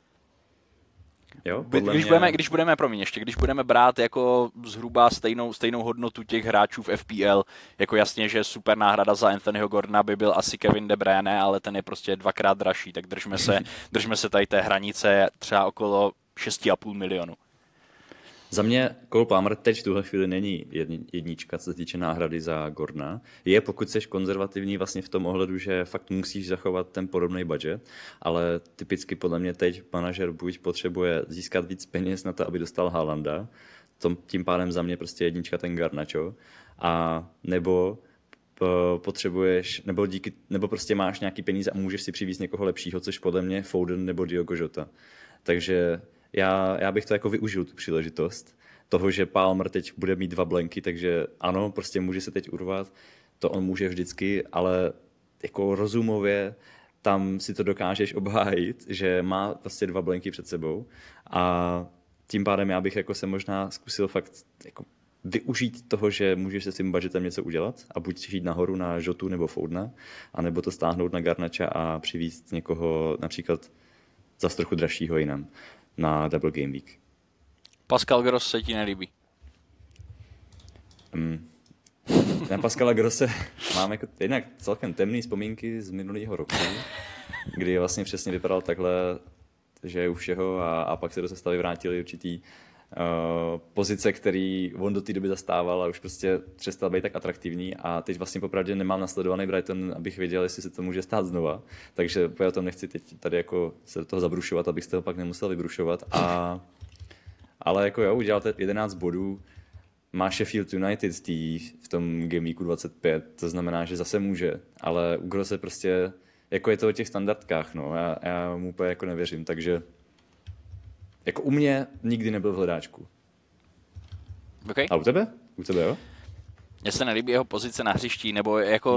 Jo, když budeme brát jako zhruba stejnou hodnotu těch hráčů v FPL, jako jasně, že super náhrada za Anthonyho Gordona by byl asi Kevin De Bruyne, ale ten je prostě dvakrát dražší, tak držme se tady té hranice třeba okolo 6,5 milionu. Za mě Cole Palmer teď v tuhle chvíli není jednička, co se týče náhrady za Gordona. Je, pokud jsi konzervativní vlastně v tom ohledu, že fakt musíš zachovat ten podobný budget, ale typicky podle mě teď manažer buď potřebuje získat víc peněz na to, aby dostal Haalanda, tím pádem za mě prostě jednička ten Garnacho, a nebo potřebuješ, nebo prostě máš nějaký peníze a můžeš si přivést někoho lepšího, což podle mě Foden nebo Diogo Jota. Takže já bych to jako využil, tu příležitost toho, že Palmer teď bude mít 2 blanky, takže ano, prostě může se teď urvat, to on může vždycky, ale jako rozumově tam si to dokážeš obhájit, že má prostě 2 blanky před sebou a tím pádem já bych jako se možná zkusil fakt jako využít toho, že můžeš se s tím budgetem něco udělat a buď jít nahoru na Jotu nebo Fodena, anebo to stáhnout na Garnacha a přivízt někoho například za trochu dražšího jinam na Double Game Week. Pascal Gross se ti nelíbí? Na Pascala Grosse mám jako jednak celkem temné vzpomínky z minulého roku, kdy vlastně přesně vypadal takhle, že je u všeho a pak se do sestavy vrátili určitý pozice, který on do té doby zastával a už prostě přestal být tak atraktivní a teď vlastně popravdě nemám nasledovaný Brighton, abych věděl, jestli se to může stát znova, takže já o tom nechci teď tady jako se do toho zabrušovat, abych z toho pak nemusel vybrušovat, ale jako jo, udělal 11 bodů, má Sheffield United v tom Game Weeku 25, to znamená, že zase může, ale u Grosse prostě jako je to o těch standardkách, no, já mu úplně jako nevěřím, takže jako u mě nikdy nebyl v hledáčku. Okay. A u tebe? U tebe, jo? Mně se nelíbí jeho pozice na hřišti, nebo jako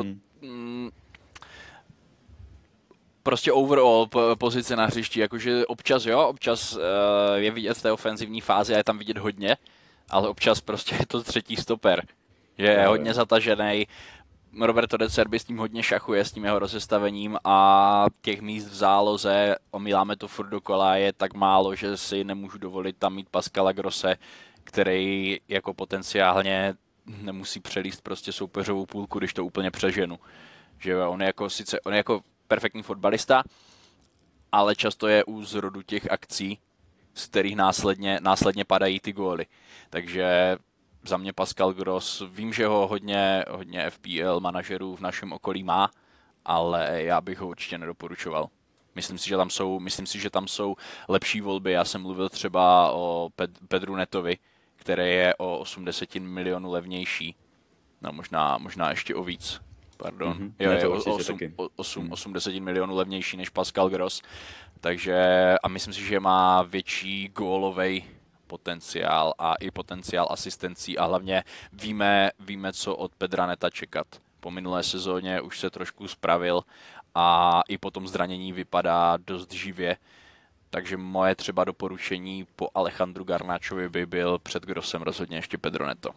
prostě overall pozice na hřišti, jakože občas je vidět v té ofenzivní fázi a je tam vidět hodně, ale občas prostě je to třetí stoper, že je hodně zatažený. Roberto De Zerbi s tím hodně šachuje, s tím jeho rozestavením a těch míst v záloze, omíláme to furt dokola, je tak málo, že si nemůžu dovolit tam mít Pascala Grosse, který jako potenciálně nemusí přelíst prostě soupeřovou půlku, když to úplně přeženu. Že on je jako perfektní fotbalista, ale často je u zrodu těch akcí, z kterých následně padají ty góly. Takže za mě Pascal Gross, vím, že ho hodně FPL manažerů v našem okolí má, ale já bych ho určitě nedoporučoval. Myslím si, že tam jsou lepší volby. Já jsem mluvil třeba o Pedru Netovi, který je o 80 milionů levnější. No možná ještě o víc. Pardon. Mm-hmm. Je o 80 milionů levnější než Pascal Gross. Takže a myslím si, že má větší gólovej potenciál a i potenciál asistencí a hlavně víme, co od Pedra Neta čekat. Po minulé sezóně už se trošku spravil a i po tom zranění vypadá dost živě. Takže moje třeba doporučení po Alejandru Garnachovi by byl před Grossem rozhodně ještě Pedro Neto.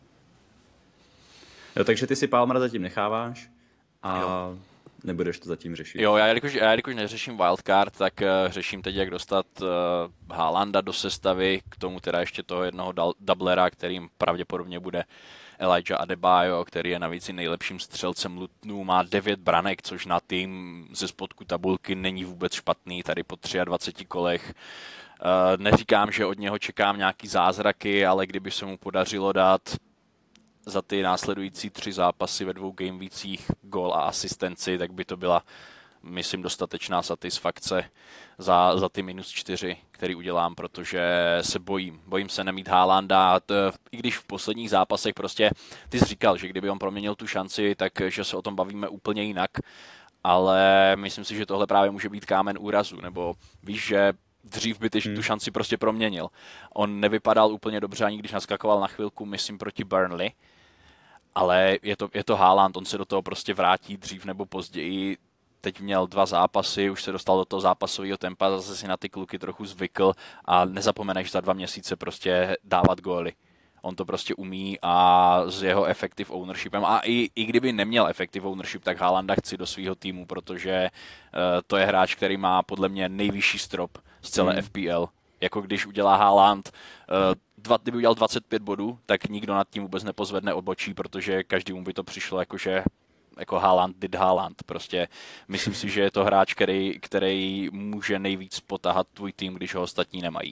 Jo, takže ty si Palmera zatím necháváš a nebudeš to zatím řešit. Jo, já jelikož neřeším wildcard, tak řeším teď, jak dostat Haalanda do sestavy, k tomu teda ještě toho jednoho doublera, kterým pravděpodobně bude Elijah Adebayo, který je navíc i nejlepším střelcem Lutonu, má 9 branek, což na tým ze spodku tabulky není vůbec špatný, tady po 23 kolech. Neříkám, že od něho čekám nějaký zázraky, ale kdyby se mu podařilo dát za ty následující 3 zápasy ve 2 gameweecích gól a asistenci, tak by to byla, myslím, dostatečná satisfakce za ty -4, který udělám, protože se bojím se nemít Haalanda, i když v posledních zápasech prostě, ty jsi říkal, že kdyby on proměnil tu šanci, takže se o tom bavíme úplně jinak, ale myslím si, že tohle právě může být kámen úrazu, nebo víš, že dřív by tu šanci prostě proměnil. On nevypadal úplně dobře, ani když naskakoval na chvilku, myslím, proti Burnley, ale je to Haaland, on se do toho prostě vrátí dřív nebo později. Teď měl 2 zápasy, už se dostal do toho zápasového tempa, zase si na ty kluky trochu zvykl a nezapomeneš za 2 měsíce prostě dávat góly. On to prostě umí a s jeho effective ownershipem a i kdyby neměl effective ownership, tak Haalanda chci do svého týmu, protože to je hráč, který má podle mě nejvyšší strop z celé FPL. Jako když udělá Haaland, kdyby udělal 25 bodů, tak nikdo nad tím vůbec nepozvedne obočí, protože každému by to přišlo jako Haaland did Haaland. Prostě myslím si, že je to hráč, který může nejvíc potahat tvůj tým, když ho ostatní nemají.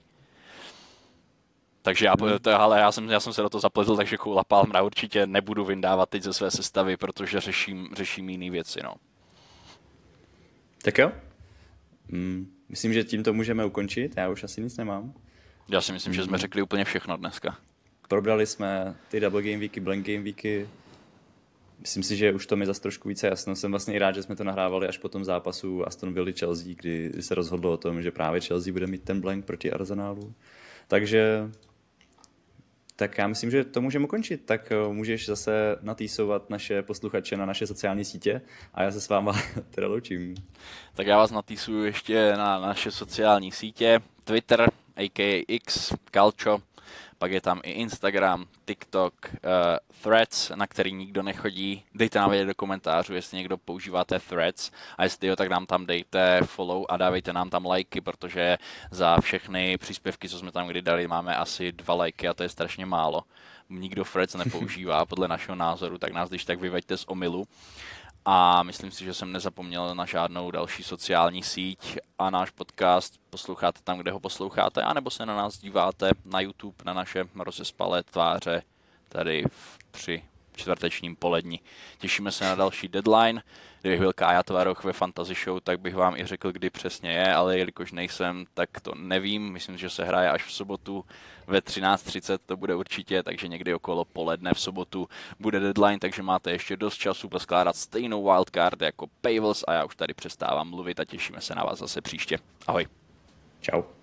Takže já jsem se do toho zapletl, takže Koula Palmera určitě nebudu vyndávat teď ze své sestavy, protože řeším jiné věci. No. Tak jo. Myslím, že tím to můžeme ukončit, já už asi nic nemám. Já si myslím, že jsme řekli úplně všechno dneska. Probrali jsme ty double game weeky, blank game weeky. Myslím si, že už to mi zase trošku více jasno. Jsem vlastně i rád, že jsme to nahrávali až po tom zápasu Aston Villa Chelsea, kdy se rozhodlo o tom, že právě Chelsea bude mít ten blank proti Arsenalu. Takže tak já myslím, že to můžeme ukončit. Tak můžeš zase natýsovat naše posluchače na naše sociální sítě a já se s váma teda loučím. Tak já vás natýsuju ještě na naše sociální sítě. Twitter, a.k.a. X, Calcio, Pak je tam i Instagram, TikTok, Threads, na který nikdo nechodí. Dejte nám vědět do komentářů, jestli někdo používáte Threads a jestli jo, tak nám tam dejte follow a dávejte nám tam lajky, protože za všechny příspěvky, co jsme tam kdy dali, máme asi 2 lajky a to je strašně málo. Nikdo Threads nepoužívá podle našeho názoru, tak nás když tak vyveďte z omylu. A myslím si, že jsem nezapomněl na žádnou další sociální síť a náš podcast posloucháte tam, kde ho posloucháte, anebo se na nás díváte na YouTube, na naše rozespalé tváře tady při čtvrtečním poledni. Těšíme se na další deadline. Kdybych byl Kája Tvaroch ve Fantasy Show, tak bych vám i řekl, kdy přesně je, ale jelikož nejsem, tak to nevím. Myslím, že se hraje až v sobotu ve 13:30, to bude určitě, takže někdy okolo poledne v sobotu bude deadline, takže máte ještě dost času poskládat stejnou wildcard jako Pavels a já už tady přestávám mluvit a těšíme se na vás zase příště. Ahoj. Čau.